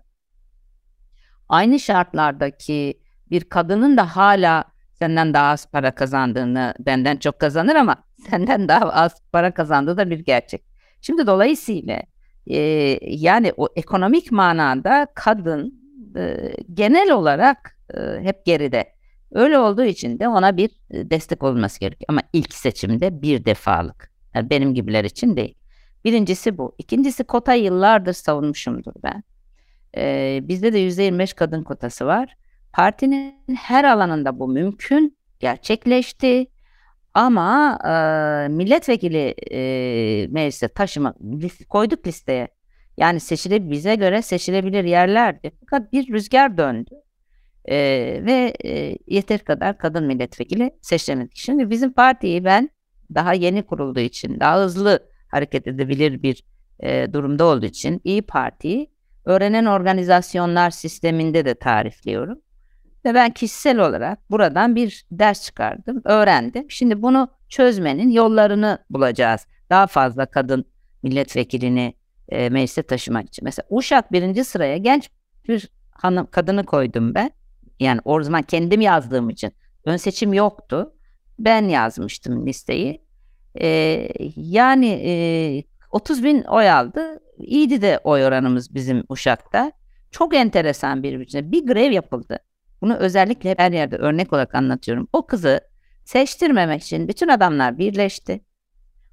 aynı şartlardaki bir kadının da hala senden daha az para kazandığını, benden çok kazanır ama senden daha az para kazandığı da bir gerçek. Şimdi dolayısıyla e, yani o ekonomik manada kadın e, genel olarak e, hep geride. Öyle olduğu için de ona bir e, destek olması gerekiyor. Ama ilk seçimde bir defalık. Yani benim gibiler için değil. Birincisi bu. İkincisi, kota yıllardır savunmuşumdur ben. E, bizde de yüzde yirmi beş kadın kotası var. Partinin her alanında bu mümkün, gerçekleşti. Ama e, milletvekili e, meclise taşıma koyduk listeye. Yani seçile, bize göre seçilebilir yerlerdi. Fakat bir rüzgar döndü. E, ve e, yeter kadar kadın milletvekili seçilemedik. Şimdi bizim partiyi ben daha yeni kurulduğu için, daha hızlı hareket edebilir bir e, durumda olduğu için İYİ Parti'yi öğrenen organizasyonlar sisteminde de tarifliyorum. Ve ben kişisel olarak buradan bir ders çıkardım, öğrendim. Şimdi bunu çözmenin yollarını bulacağız. Daha fazla kadın milletvekilini e, meclise taşımak için. Mesela Uşak birinci sıraya genç bir hanım, kadını koydum ben. Yani o zaman kendim yazdığım için ön seçim yoktu. Ben yazmıştım listeyi. E, yani e, otuz bin oy aldı. İyiydi de oy oranımız bizim Uşak'ta. Çok enteresan bir biçimde bir grev yapıldı. Bunu özellikle her yerde örnek olarak anlatıyorum. O kızı seçtirmemek için bütün adamlar birleşti.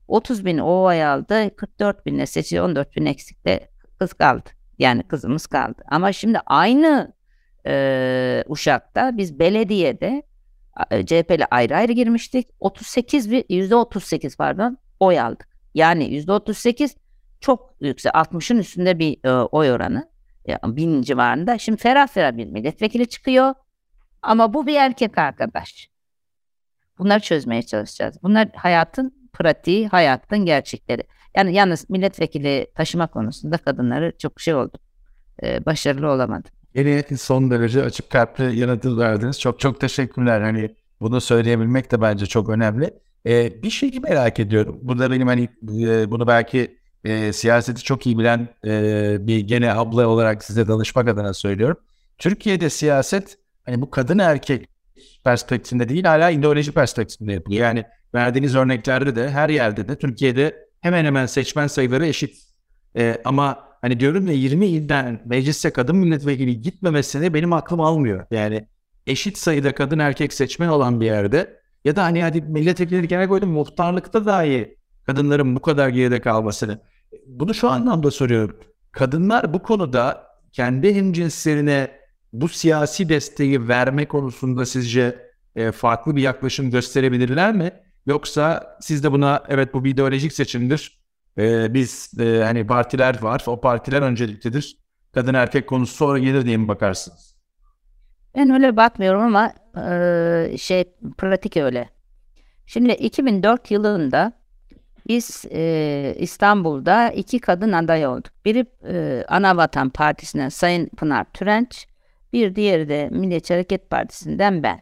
otuz bin o oy aldı. kırk dört binle seçildi. on dört bin eksikte kız kaldı. Yani kızımız kaldı. Ama şimdi aynı e, Uşak'ta biz belediyede e, C H P'li ayrı ayrı girmiştik. otuz sekiz bir yüzde otuz sekiz pardon oy aldık. Yani yüzde otuz sekiz çok yüksek. altmışın üstünde bir e, oy oranı. Yani bin civarında. Şimdi ferah ferah bir milletvekili çıkıyor. Ama bu bir erkek arkadaş. Bunları çözmeye çalışacağız. Bunlar hayatın pratiği, hayatın gerçekleri. Yani yalnız milletvekili taşıma konusunda kadınları çok şey oldu. Ee, başarılı olamadı. Yeni son derece açık kalpli yanıtı verdiniz. Çok çok teşekkürler. Hani bunu söyleyebilmek de bence çok önemli. Ee, bir şeyi merak ediyorum. Burada benim hani e, bunu belki e, siyaseti çok iyi bilen e, bir gene abla olarak size danışmak adına söylüyorum. Türkiye'de siyaset hani bu kadın erkek perspektifinde değil, hala ideoloji perspektifinde yapılıyor. Yani verdiğiniz örneklerde de her yerde de Türkiye'de hemen hemen seçmen sayıları eşit. Ee, ama hani diyorum ya, yirmi ilden meclise kadın milletvekili gitmemesini benim aklım almıyor. Yani eşit sayıda kadın erkek seçmen olan bir yerde ya da hani hadi milletvekilleri genel koydum, muhtarlıkta dahi kadınların bu kadar geride kalmasını. Bunu şu anlamda soruyorum. Kadınlar bu konuda kendi hemcinslerine bu siyasi desteği verme konusunda sizce e, farklı bir yaklaşım gösterebilirler mi? Yoksa siz de buna evet bu bir ideolojik seçimdir, e, biz e, hani partiler var, o partiler önceliklidir, kadın erkek konusu sonra gelir diye mi bakarsınız? Ben öyle bakmıyorum ama e, şey pratik öyle. Şimdi iki bin dört yılında biz e, İstanbul'da iki kadın aday olduk. Biri e, Anavatan Partisi'nden Sayın Pınar Türenç, bir diğeri de Milliyetçi Hareket Partisi'nden ben.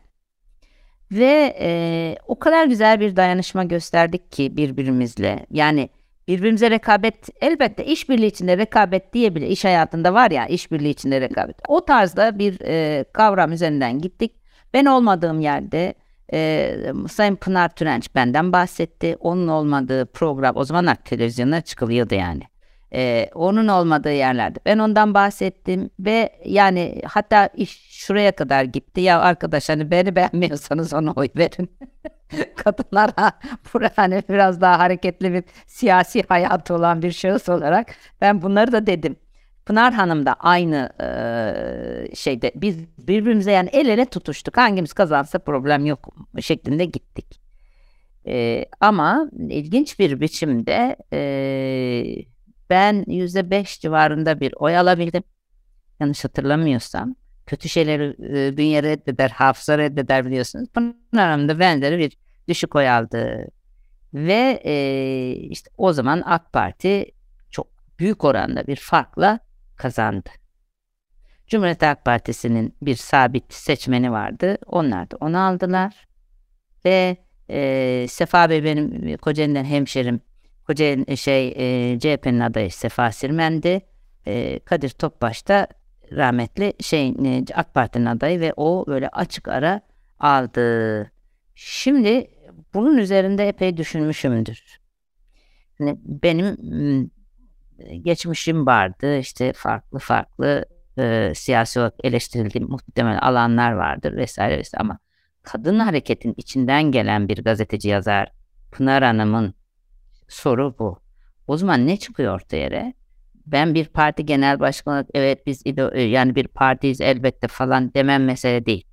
Ve e, o kadar güzel bir dayanışma gösterdik ki birbirimizle. Yani birbirimize rekabet, elbette işbirliği içinde rekabet diye bile iş hayatında var ya, işbirliği içinde rekabet. O tarzda bir e, kavram üzerinden gittik. Ben olmadığım yerde e, Sayın Pınar Türenç benden bahsetti. Onun olmadığı program, o zamanlar televizyona çıkılıyordu yani. Ee, onun olmadığı yerlerde ben ondan bahsettim ve yani hatta iş şuraya kadar gitti. Ya arkadaş, hani beni beğenmiyorsanız ona oy verin. Kadınlara hani biraz daha hareketli bir siyasi hayatı olan bir şahıs olarak ben bunları da dedim. Pınar Hanım da aynı e, şeyde, biz birbirimize yani el ele tutuştuk. Hangimiz kazansa problem yok şeklinde gittik. E, ama ilginç bir biçimde e, ben yüzde beş civarında bir oy alabildim. Yanlış hatırlamıyorsam. Kötü şeyleri e, bünye reddeder, hafıza reddeder biliyorsunuz. Pınar Hanım da benzeri bir düşük oy aldı. Ve e, işte o zaman AK Parti çok büyük oranda bir farkla kazandı. Cumhuriyet Halk Partisi'nin bir sabit seçmeni vardı. Onlar da onu aldılar. Ve e, Sefa Bey benim Kocaeli'den hemşerim. Kocaeli şey e, C H P'nin adayı Sefa Sirmen'di. E, Kadir Topbaş da rahmetli şey e, AK Parti'nin adayı ve o böyle açık ara aldı. Şimdi bunun üzerinde epey düşünmüşümdür. Yani benim m, geçmişim vardı. İşte farklı farklı e, siyasi olarak eleştirildiğim muhtemelen alanlar vardır vesaire vesaire ama kadın hareketin içinden gelen bir gazeteci yazar Pınar Hanım'ın soru bu. O zaman ne çıkıyor ortaya? Ben bir parti genel başkanı olarak evet biz yani bir partiyiz elbette falan demem mesele değil.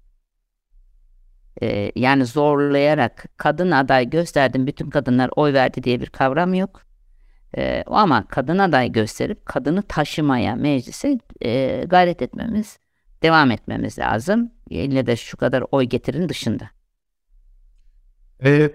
Ee, yani zorlayarak kadın aday gösterdim, bütün kadınlar oy verdi diye bir kavram yok. Ee, ama kadın aday gösterip kadını taşımaya meclise e, gayret etmemiz, devam etmemiz lazım. Yine de şu kadar oy getirin dışında. Ee,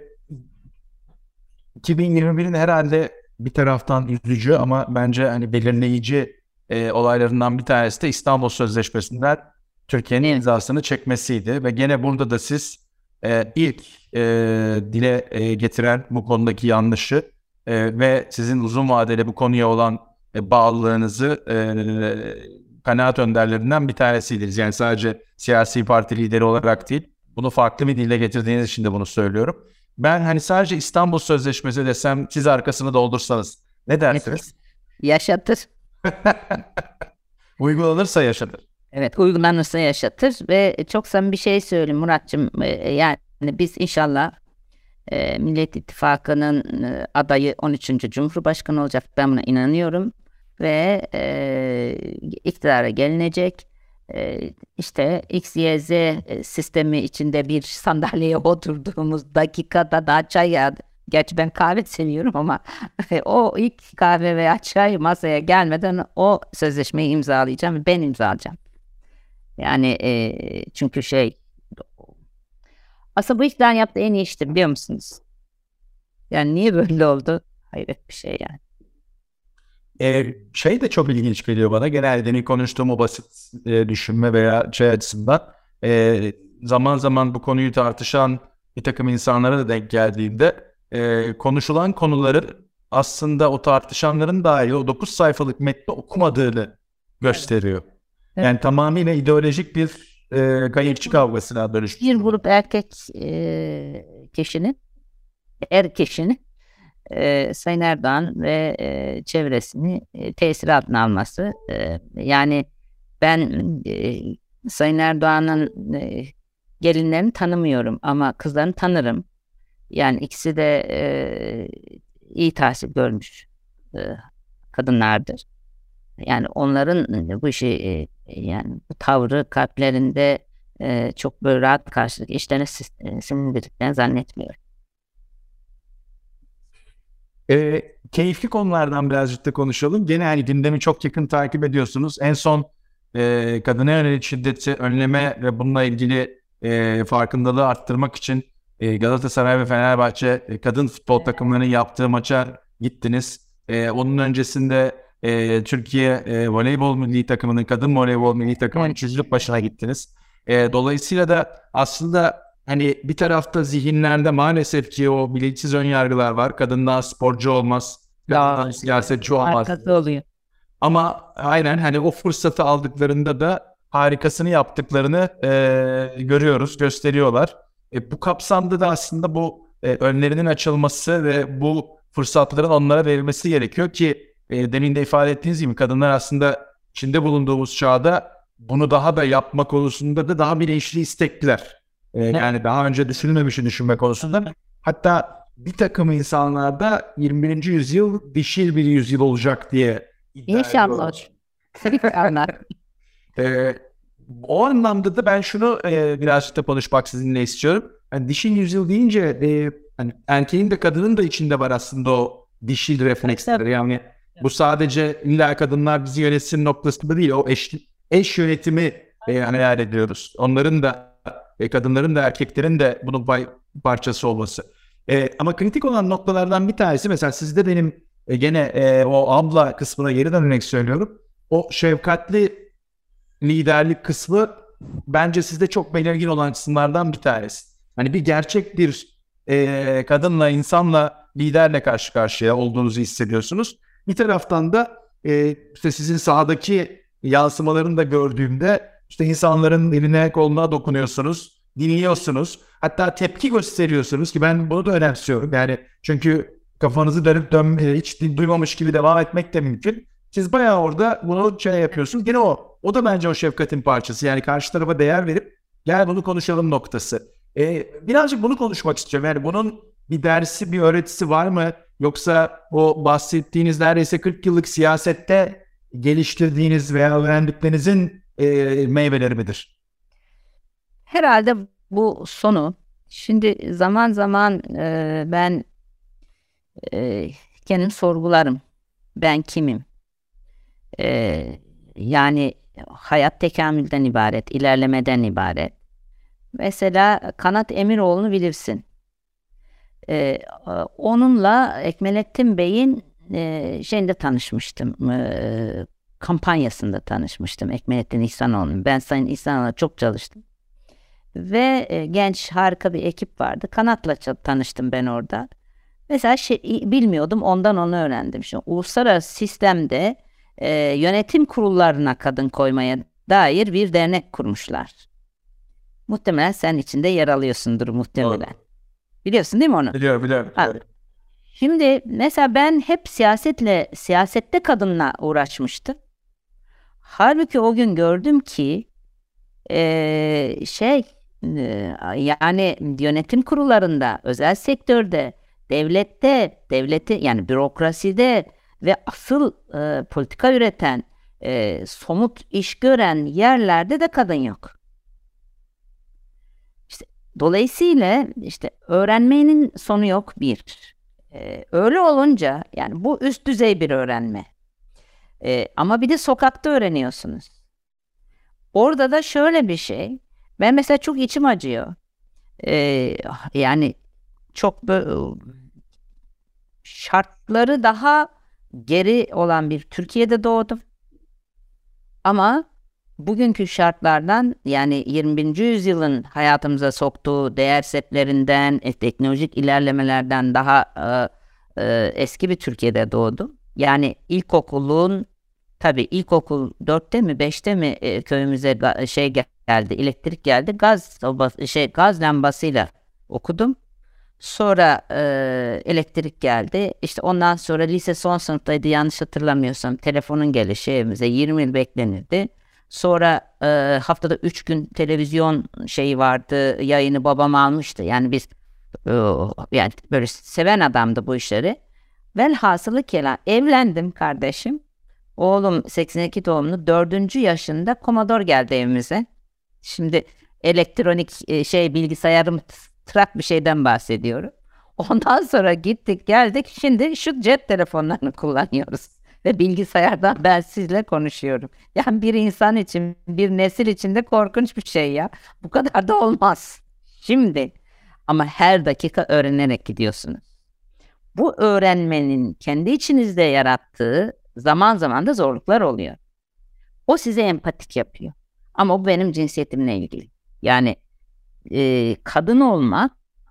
iki bin yirmi birin herhalde bir taraftan üzücü ama bence hani belirleyici e, olaylarından bir tanesi de İstanbul Sözleşmesi'nden Türkiye'nin Evet. imzasını çekmesiydi ve gene burada da siz e, ilk e, dile e, getiren bu konudaki yanlışı e, ve sizin uzun vadeli bu konuya olan e, bağlılığınızı e, kanaat önderlerinden bir tanesiydiniz. Yani sadece siyasi parti lideri olarak değil, bunu farklı bir dille getirdiğiniz için de bunu söylüyorum. Ben hani sadece İstanbul Sözleşmesi desem, siz arkasını doldursanız ne dersiniz? Yaşatır. Uygulanırsa yaşatır. Evet, uygulanırsa yaşatır ve çok samimi bir şey söyleyeyim Muratçım. Ee, yani biz inşallah E, Millet İttifakı'nın e, adayı on üçüncü Cumhurbaşkanı olacak. Ben buna inanıyorum ve e, iktidara gelinecek. E, işte X, Y, Z sistemi içinde bir sandalyeye oturduğumuz dakikada da çay yağdı. Gerçi ben kahve seviyorum ama o ilk kahve veya çay masaya gelmeden o sözleşmeyi imzalayacağım. Ben imzalayacağım. Yani e, çünkü şey, aslında bu iktidarın yaptığı en iyi işti, biliyor musunuz? Yani niye böyle oldu? Hayret bir şey yani. Ee, şey de çok ilginç geliyor bana. Genelde benim konuştuğum o basit e, düşünme veya şey açısından e, zaman zaman bu konuyu tartışan bir takım insanlara da denk geldiğinde e, konuşulan konuları aslında o tartışanların dahi o dokuz sayfalık metni okumadığını gösteriyor. Evet. Yani tamamıyla ideolojik bir e, kayıkçı kavgasına dönüşmüş. Bir grup erkek e, kişinin, er kişinin e, Sayın Erdoğan ve e, çevresini e, tesir altına alması. E, yani ben e, Sayın Erdoğan'ın e, gelinlerini tanımıyorum ama kızlarını tanırım. Yani ikisi de e, iyi tahsil görmüş e, kadınlardır. Yani onların bu işi e, yani bu tavrı kalplerinde e, çok böyle rahat karşılık işlerine sis- e, sindirdiklerini zannetmiyorum. E, keyifli konulardan birazcık da konuşalım. Gene hani gündemi çok yakın takip ediyorsunuz. En son e, kadına yönelik şiddeti önleme ve bununla ilgili e, farkındalığı arttırmak için e, Galatasaray ve Fenerbahçe e, kadın futbol takımlarının yaptığı maça gittiniz. E, onun öncesinde e, Türkiye e, Voleybol Milli Takımı'nın, kadın voleybol milli takımının üçüncülük başına gittiniz. E, dolayısıyla da aslında hani bir tarafta zihinlerde maalesef ki o bilinçsiz önyargılar var. Kadından sporcu olmaz, kadından siyasetçi olmaz. Arkası oluyor. Ama aynen hani o fırsatı aldıklarında da harikasını yaptıklarını e, görüyoruz, gösteriyorlar. E, bu kapsamda da aslında bu e, önlerinin açılması ve bu fırsatların onlara verilmesi gerekiyor ki e, demin de ifade ettiğiniz gibi kadınlar aslında içinde bulunduğumuz çağda bunu daha da yapma konusunda da daha bilinçli, istekliler. E, yani daha önce düşünülmemişi düşünme konusunda. Hatta bir takım insanlarda yirmi birinci yüzyıl dişil bir yüzyıl olacak diye iddia İnşallah. ediyorlar. Ee, o anlamda da ben şunu e, birazcık da konuşmak sizinle istiyorum. Yani dişil yüzyıl deyince e, hani erkeğin de kadının da içinde var aslında o dişil refleksleri. Yani bu sadece illa kadınlar bizi yönetsin noktasında değil. O eş, eş yönetimi e, hayal ediyoruz. Onların da e, kadınların da erkeklerin de bunun pay, parçası olması. E, ama kritik olan noktalardan bir tanesi mesela sizde benim e, gene e, o abla kısmına geri dönerek söylüyorum. O şefkatli liderlik kısmı bence sizde çok belirgin olan kısımlardan bir tanesi. Hani bir gerçek bir e, kadınla, insanla, liderle karşı karşıya olduğunuzu hissediyorsunuz. Bir taraftan da e, işte sizin sahadaki yansımalarını da gördüğümde işte insanların eline koluna dokunuyorsunuz, dinliyorsunuz. Hatta tepki gösteriyorsunuz ki ben bunu da önemsiyorum. Yani çünkü kafanızı dönüp dön, hiç duymamış gibi devam etmek de mümkün. Siz bayağı orada bunu şey yapıyorsunuz. Yine o. O da bence o şefkatin parçası. Yani karşı tarafa değer verip gel bunu konuşalım noktası. Ee, birazcık bunu konuşmak istiyorum. Yani bunun bir dersi, bir öğretisi var mı? Yoksa o bahsettiğiniz neredeyse kırk yıllık siyasette geliştirdiğiniz veya öğrendiklerinizin e, meyveleri midir? Herhalde bu sonu. Şimdi zaman zaman e, ben e, kendim sorgularım. Ben kimim? E, yani hayat tekamülden ibaret, ilerlemeden ibaret. Mesela Kanat Emiroğlu'nu bilirsin. E, onunla Ekmelettin Bey'in e, şeyinde tanışmıştım. E, kampanyasında tanışmıştım. Ekmelettin İhsanoğlu'nun. Ben Sayın İhsanoğlu'na çok çalıştım. Ve e, genç harika bir ekip vardı. Kanat'la ça- tanıştım ben orada. Mesela şey, bilmiyordum, ondan onu öğrendim. Şimdi uluslararası sistemde e, yönetim kurullarına kadın koymaya dair bir dernek kurmuşlar. Muhtemelen sen içinde yer alıyorsundur muhtemelen. Doğru. Biliyorsun değil mi onu? Biliyorum, biliyorum. Ha. Şimdi mesela ben hep siyasetle, siyasette kadınla uğraşmıştım. Halbuki o gün gördüm ki e, şey e, yani yönetim kurullarında, özel sektörde, devlette, devleti yani bürokraside ve asıl e, politika üreten, e, somut iş gören yerlerde de kadın yok. İşte, dolayısıyla işte öğrenmenin sonu yok bir. E, öyle olunca yani bu üst düzey bir öğrenme. E, ama bir de sokakta öğreniyorsunuz. Orada da şöyle bir şey. Ben mesela çok içim acıyor. E, yani çok böyle şartları daha geri olan bir Türkiye'de doğdum. Ama bugünkü şartlardan yani yirmi birinci yüzyılın hayatımıza soktuğu değer setlerinden, e, teknolojik ilerlemelerden daha e, e, eski bir Türkiye'de doğdum. Yani ilkokulun tabii ilkokul dörtte mi beşte mi e, köyümüze ga- şey geldi, elektrik geldi, gaz sobası- şey gaz lambasıyla okudum. Sonra e, elektrik geldi. İşte ondan sonra lise son sınıftaydı yanlış hatırlamıyorsam. Telefonun gelişi evimize yirmi yıl beklenirdi. Sonra e, haftada üç gün televizyon şeyi vardı. Yayını babam almıştı. Yani biz e, yani böyle seven adamdı bu işleri. Velhasılı kelam evlendim kardeşim. Oğlum seksen iki doğumlu dördüncü yaşında Commodore geldi evimize. Şimdi elektronik e, şey bilgisayarım trak bir şeyden bahsediyorum. Ondan sonra gittik geldik şimdi şu cep telefonlarını kullanıyoruz. Ve bilgisayardan ben sizle konuşuyorum. Yani bir insan için, bir nesil için de korkunç bir şey ya. Bu kadar da olmaz. Şimdi ama her dakika öğrenerek gidiyorsunuz. Bu öğrenmenin kendi içinizde yarattığı zaman zaman da zorluklar oluyor. O size empatik yapıyor. Ama bu benim cinsiyetimle ilgili. Yani e, kadın olmak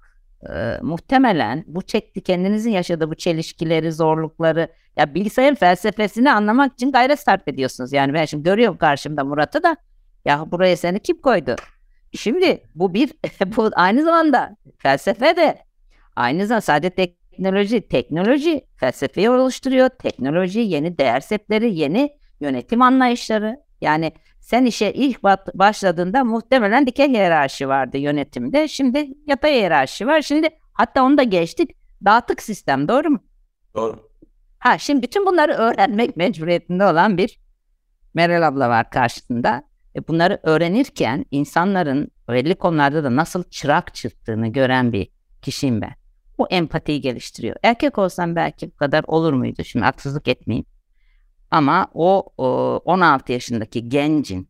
e, muhtemelen bu çekti kendinizin yaşadığı bu çelişkileri, zorlukları ya bilgisayarın felsefesini anlamak için gayret sarf ediyorsunuz. Yani ben şimdi görüyorum karşımda Murat'ı da ya buraya seni kim koydu? Şimdi bu bir bu aynı zamanda felsefe de aynı zamanda sadece teknoloji, teknoloji felsefeyi oluşturuyor. Teknoloji yeni değer setleri, yeni yönetim anlayışları. Yani sen işe ilk başladığında muhtemelen dikey hiyerarşi vardı yönetimde. Şimdi yatay hiyerarşi var. Şimdi hatta onu da geçtik. Dağıtık sistem, doğru mu? Doğru. Ha, şimdi bütün bunları öğrenmek mecburiyetinde olan bir Meral abla var karşısında. E bunları öğrenirken insanların belli konularda da nasıl çırak çırptığını gören bir kişiyim ben. Bu empatiyi geliştiriyor. Erkek olsam belki bu kadar olur muydu? Şimdi haksızlık etmeyeyim. Ama o, o on altı yaşındaki gencin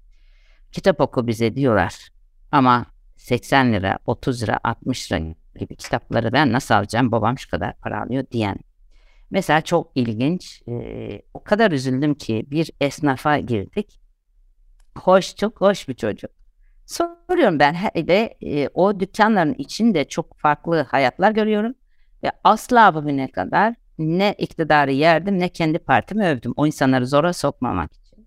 kitap oku bize diyorlar. Ama seksen lira, otuz lira, altmış lira gibi kitapları ben nasıl alacağım? Babam şu kadar para alıyor diyen. Mesela çok ilginç. E, o kadar üzüldüm ki bir esnafa girdik. Hoş, çok hoş bir çocuk. Soruyorum ben ve e, o dükkanların içinde çok farklı hayatlar görüyorum. Ve asla bugüne kadar ne iktidarı yerdim ne kendi partimi övdüm. O insanları zora sokmamak için.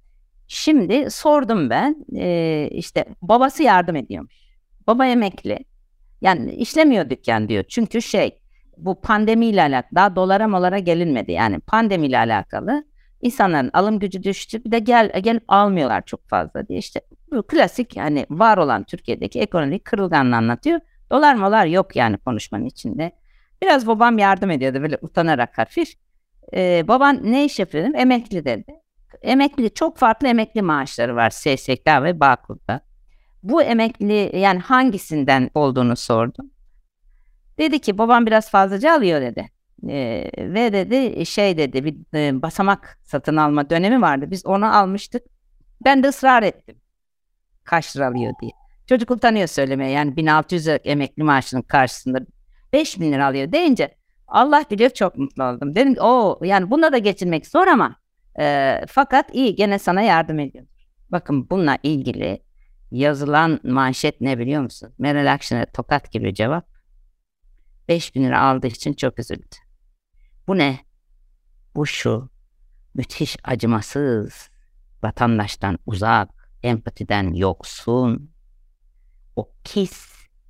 Şimdi sordum ben e, işte babası yardım ediyormuş. Baba emekli. Yani işlemiyor dükkan diyor. Çünkü şey bu pandemiyle alakalı daha dolara molara gelinmedi. Yani pandemiyle alakalı insanların alım gücü düştü. Bir de gel gelip almıyorlar çok fazla diye işte bu klasik yani var olan Türkiye'deki ekonomik kırılganlığı anlatıyor. Dolar molar yok yani konuşmanın içinde. Biraz babam yardım ediyordu böyle utanarak hafif. Ee, baban ne iş yapıyor dedim. Emekli dedi. Emekli çok farklı emekli maaşları var S S K ve Bağkur'da. Bu emekli yani hangisinden olduğunu sordum. Dedi ki babam biraz fazlaca alıyor dedi. Ee, ve dedi şey dedi bir e, basamak satın alma dönemi vardı. Biz onu almıştık. Ben de ısrar ettim. Kaç lira alıyor diye. Çocuk utanıyor söylemeye. Yani bin altı yüz emekli maaşının karşısında beş bin lira alıyor deyince Allah biliyor çok mutlu oldum. Dedim ki o yani bununla da geçinmek zor ama e, fakat iyi gene sana yardım ediyor. Bakın bununla ilgili yazılan manşet ne biliyor musun? Meral Akşener tokat gibi cevap. beş bin lira aldığı için çok üzüldü. Bu ne? Bu şu. Müthiş acımasız, vatandaştan uzak, empatiden yoksun, o pis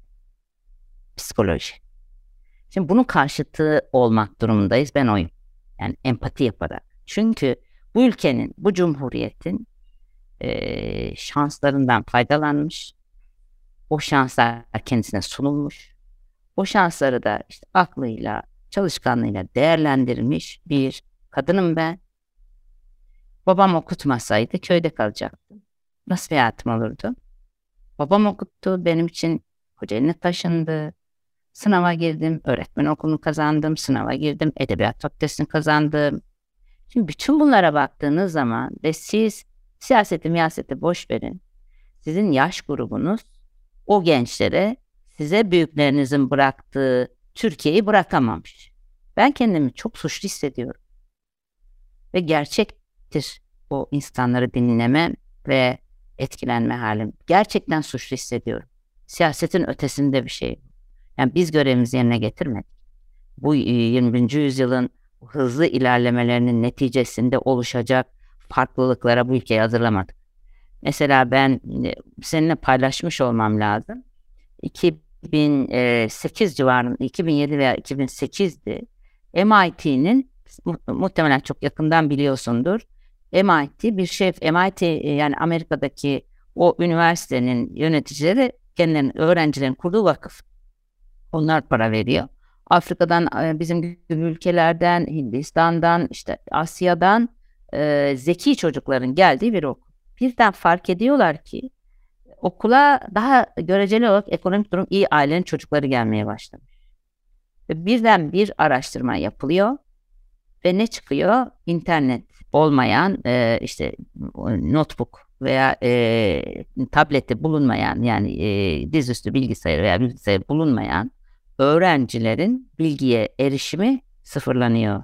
psikoloji. Şimdi bunun karşıtı olmak durumundayız. Ben oyum. Yani empati yaparak. Çünkü bu ülkenin, bu cumhuriyetin e, şanslarından faydalanmış. O şanslar kendisine sunulmuş. O şansları da işte aklıyla, çalışkanlığıyla değerlendirmiş bir kadınım ben. Babam okutmasaydı köyde kalacaktım. Nasıl bir hayatım olurdu? Babam okuttu, benim için Kocaeli'ne taşındı. Sınava girdim, öğretmen okulunu kazandım, sınava girdim, edebiyat fakültesini kazandım. Şimdi bütün bunlara baktığınız zaman ve siz siyaseti miyaseti boş verin. Sizin yaş grubunuz o gençlere size büyüklerinizin bıraktığı Türkiye'yi bırakamamış. Ben kendimi çok suçlu hissediyorum. Ve gerçektir o insanları dinlemem ve etkilenme halim. Gerçekten suçlu hissediyorum. Siyasetin ötesinde bir şey. Yani biz görevimizi yerine getirmedik. Bu yirmi birinci yüzyılın hızlı ilerlemelerinin neticesinde oluşacak farklılıklara bu ülkeyi hazırlamadık. Mesela ben seninle paylaşmış olmam lazım. iki bin sekiz civarında, iki bin yedi veya iki bin sekizdi. M I T'nin mu- muhtemelen çok yakından biliyorsundur. M I T bir şey, M I T yani Amerika'daki o üniversitenin yöneticileri kendilerinin öğrencilerin kurduğu vakıf. Onlar para veriyor. Afrika'dan, bizim gibi ülkelerden, Hindistan'dan, işte Asya'dan e, zeki çocukların geldiği bir okul. Birden fark ediyorlar ki okula daha göreceli olarak ekonomik durum iyi ailenin çocukları gelmeye başlamış. Ve birden bir araştırma yapılıyor ve ne çıkıyor? İnternet olmayan e, işte notebook veya e, tablette bulunmayan yani e, dizüstü bilgisayar veya bilgisayar bulunmayan öğrencilerin bilgiye erişimi sıfırlanıyor.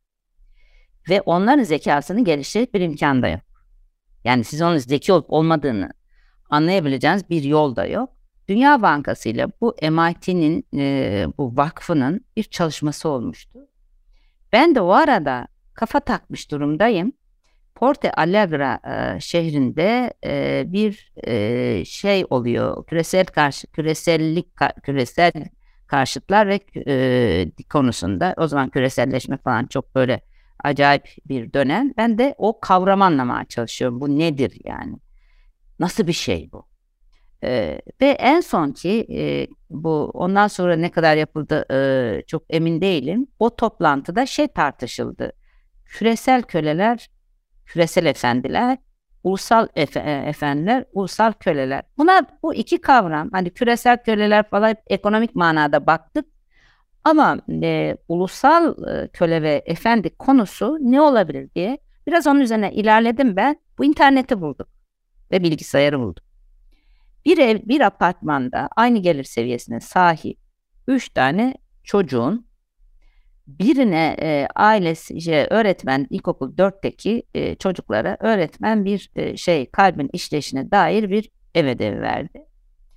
Ve onların zekasını geliştirip bir imkan da yok. Yani siz onun zeki olup olmadığını anlayabileceğiniz bir yol da yok. Dünya Bankası ile bu M I T'nin e, bu vakfının bir çalışması olmuştu. Ben de o arada kafa takmış durumdayım. Porto Alegre e, şehrinde e, bir e, şey oluyor. Küresel karşı küresellik küresel karşıtlar ve e, konusunda o zaman küreselleşme falan çok böyle acayip bir dönem. Ben de o kavramı anlamaya çalışıyorum. Bu nedir yani? Nasıl bir şey bu? Ee, ve en son ki e, bu ondan sonra ne kadar yapıldı e, çok emin değilim. O toplantıda şey tartışıldı. Küresel köleler, küresel efendiler, ulusal efe, efendiler, ulusal köleler. Buna bu iki kavram hani küresel köleler falan hep ekonomik manada baktık. Ama e, ulusal e, köle ve efendi konusu ne olabilir diye biraz onun üzerine ilerledim ben. Bu interneti buldum ve bilgisayarı buldum. Bir ev, bir apartmanda aynı gelir seviyesine sahip üç tane çocuğun birine e, ailesi, şey, öğretmen ilkokul dörtteki e, çocuklara öğretmen bir e, şey kalbin işleyişine dair bir ev ödevi verdi.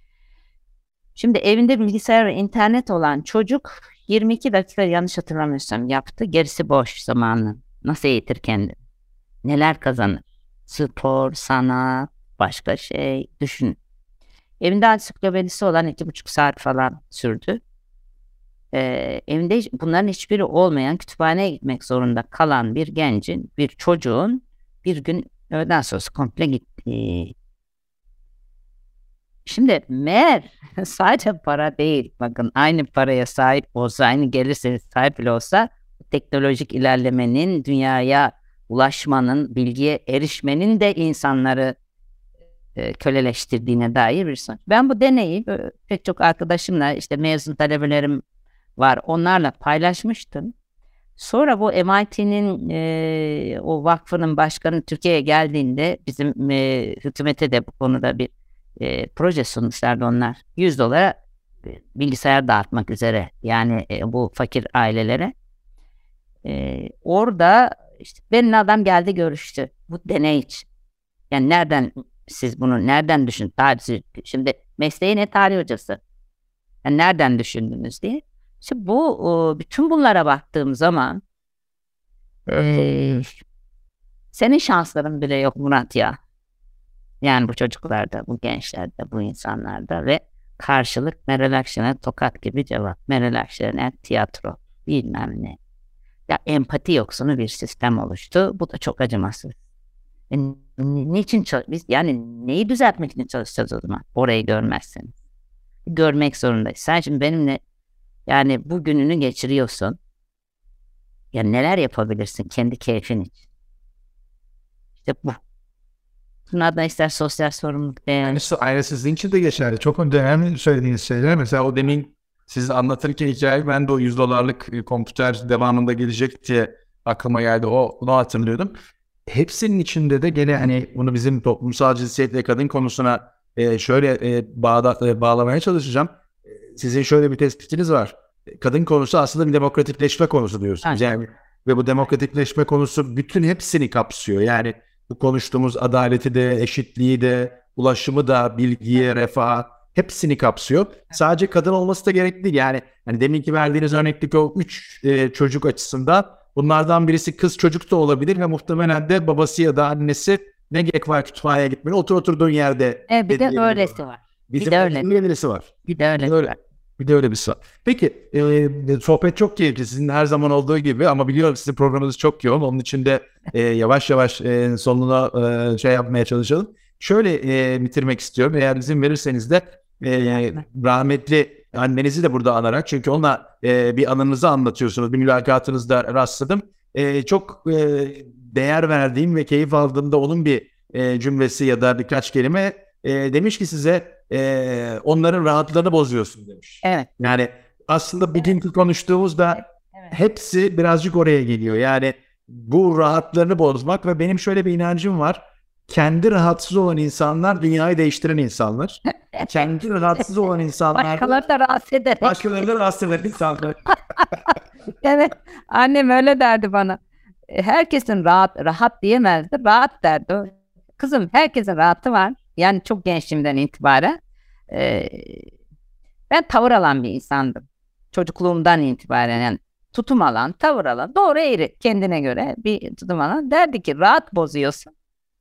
Şimdi evinde bilgisayar ve internet olan çocuk yirmi iki dakika yanlış hatırlamıyorsam yaptı. Gerisi boş zamanı. Nasıl eğitir kendini? Neler kazanır? Spor, sanat, başka şey düşün. Evinde ansiklopedisi olan iki buçuk saat falan sürdü. Ee, evinde bunların hiçbiri olmayan kütüphaneye gitmek zorunda kalan bir gencin, bir çocuğun bir gün öğleden sonrası komple gitti. Şimdi meğer sadece para değil, bakın aynı paraya sahip olsa, aynı gelir seviyesine sahip bile olsa teknolojik ilerlemenin, dünyaya ulaşmanın, bilgiye erişmenin de insanları e, köleleştirdiğine dair bir sonuç. Ben bu deneyi e, pek çok arkadaşımla, işte mezun talebelerim var, onlarla paylaşmıştım. Sonra bu M I T'nin e, o vakfının başkanı Türkiye'ye geldiğinde bizim e, hükümete de bu konuda bir e, proje sunmuşlardı onlar. yüz dolara e, bilgisayar dağıtmak üzere yani e, bu fakir ailelere. E, orada işte benim adam geldi görüştü bu deney için. Yani nereden siz bunu nereden düşün? Tarih, şimdi mesleği ne tarih hocası? Yani nereden düşündünüz diye. İşte bu o, bütün bunlara baktığım zaman e, senin şansların bile yok Murat ya. Yani bu çocuklarda, bu gençlerde, bu insanlarda ve karşılık Meral Akşener tokat gibi cevap. Meral Akşener tiyatro bilmem ne. Ya empati yoksunu bir sistem oluştu. Bu da çok acımasız. E, niçin biz yani neyi düzeltmek için çalışacağız o zaman? Orayı görmezseniz. görmek zorundayız. Sen şimdi benimle yani bu gününü geçiriyorsun. Ya neler yapabilirsin kendi keyfin için? İşte bu. Bunlardan ister sosyal sorumluluk değer. Yani aynı sizin için de geçerli. Çok önemli söylediğiniz şeyler. Mesela o demin siz anlatırken hikayeyi ben de o yüz dolarlık e, kompüter devamında gelecek diye aklıma geldi. O, onu hatırlıyordum. Hepsinin içinde de gene hani bunu bizim toplumsal cinsiyet ve kadın konusuna e, şöyle e, bağda, e, bağlamaya çalışacağım. E, sizin şöyle bir tespitiniz var. Kadın konusu aslında bir demokratikleşme konusu diyorsunuz. Yani ve bu demokratikleşme konusu bütün hepsini kapsıyor. Yani bu konuştuğumuz adaleti de, eşitliği de, ulaşımı da, bilgiye, refaha hepsini kapsıyor. Sadece kadın olması da gerekli değil. Yani hani deminki verdiğiniz örnekteki o üç e, çocuk açısından bunlardan birisi kız çocuk da olabilir ve muhtemelen de babası ya da annesi ne gerek var kütüphaneye gitmeye, otur oturduğun yerde. E, bir de öylesi var. Bizim bir de öyle. Bir öylesi var. Bir de öyle. Öyle. Bir de öyle bir şey var. Peki e, sohbet çok keyifli sizin her zaman olduğu gibi ama biliyorum sizin programınız çok yoğun. Onun için de e, yavaş yavaş e, sonuna e, şey yapmaya çalışalım. Şöyle e, bitirmek istiyorum. Eğer izin verirseniz de e, rahmetli annenizi de burada anarak çünkü onunla e, bir anınızı anlatıyorsunuz. Bir mülakatınızda rastladım. E, çok e, değer verdiğim ve keyif aldığımda onun bir e, cümlesi ya da birkaç kelime e, demiş ki size e, onların rahatlarını bozuyorsun demiş. Evet. Yani aslında bugünkü konuştuğumuzda Evet. hepsi birazcık oraya geliyor. Yani bu rahatlarını bozmak ve benim şöyle bir inancım var. Kendi rahatsız olan insanlar dünyayı değiştiren insanlar. Kendi rahatsız olan insanlar Başkaları da rahatsız ederek. başkalarını rahatsız eden insanlar. Evet. Annem öyle derdi bana. E, Herkesin rahat rahat diyemezdi. Rahat derdi. o. Kızım herkesin rahatı var. Yani çok gençliğimden itibaren. e, ben tavır alan bir insandım. Çocukluğumdan itibaren yani tutum alan, tavır alan, doğru eğri kendine göre bir tutum alan. Derdi ki rahat bozuyorsun.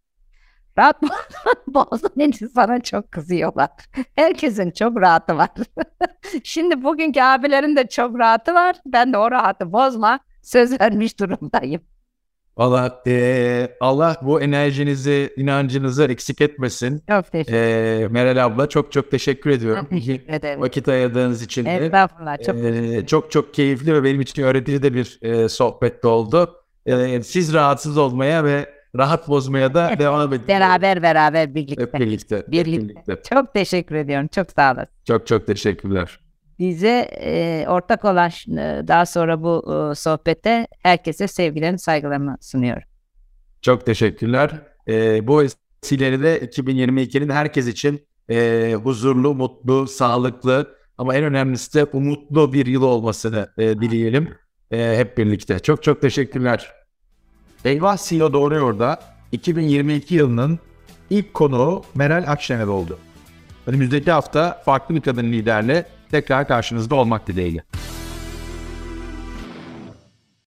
Rahat bozdun için sana çok kızıyorlar. Herkesin çok rahatı var. Şimdi bugünkü abilerin de çok rahatı var. Ben de o rahatı bozma söz vermiş durumdayım. Valla e, Allah bu enerjinizi, inancınızı eksik etmesin. Çok teşekkür E, Meral abla çok çok teşekkür ediyorum. Teşekkür ederim. Vakit ayırdığınız için de. Estağfurullah. Çok Ee, çok çok keyifli ve benim için öğretici de bir e, sohbet oldu. Ee, siz rahatsız olmaya ve rahat bozmaya da Evet, devam edin. beraber beraber birlikte. Hep birlikte. hep Birlikte. birlikte. Çok teşekkür ediyorum. Çok sağ olasın. Çok çok teşekkürler. Bize e, ortak olan e, daha sonra bu e, sohbete herkese sevgilerimi, saygılarımı sunuyorum. Çok teşekkürler. Ee, bu vesileyle de iki bin yirmi ikinin herkes için e, huzurlu, mutlu, sağlıklı ama en önemlisi de umutlu bir yıl olmasını e, dileyelim e, hep birlikte. Çok çok teşekkürler. Eyvah C E O Doğru Yolda iki bin yirmi iki yılının ilk konuğu Meral Akşener oldu. Önümüzdeki hafta farklı bir kadın liderle tekrar karşınızda olmak dileğiyle.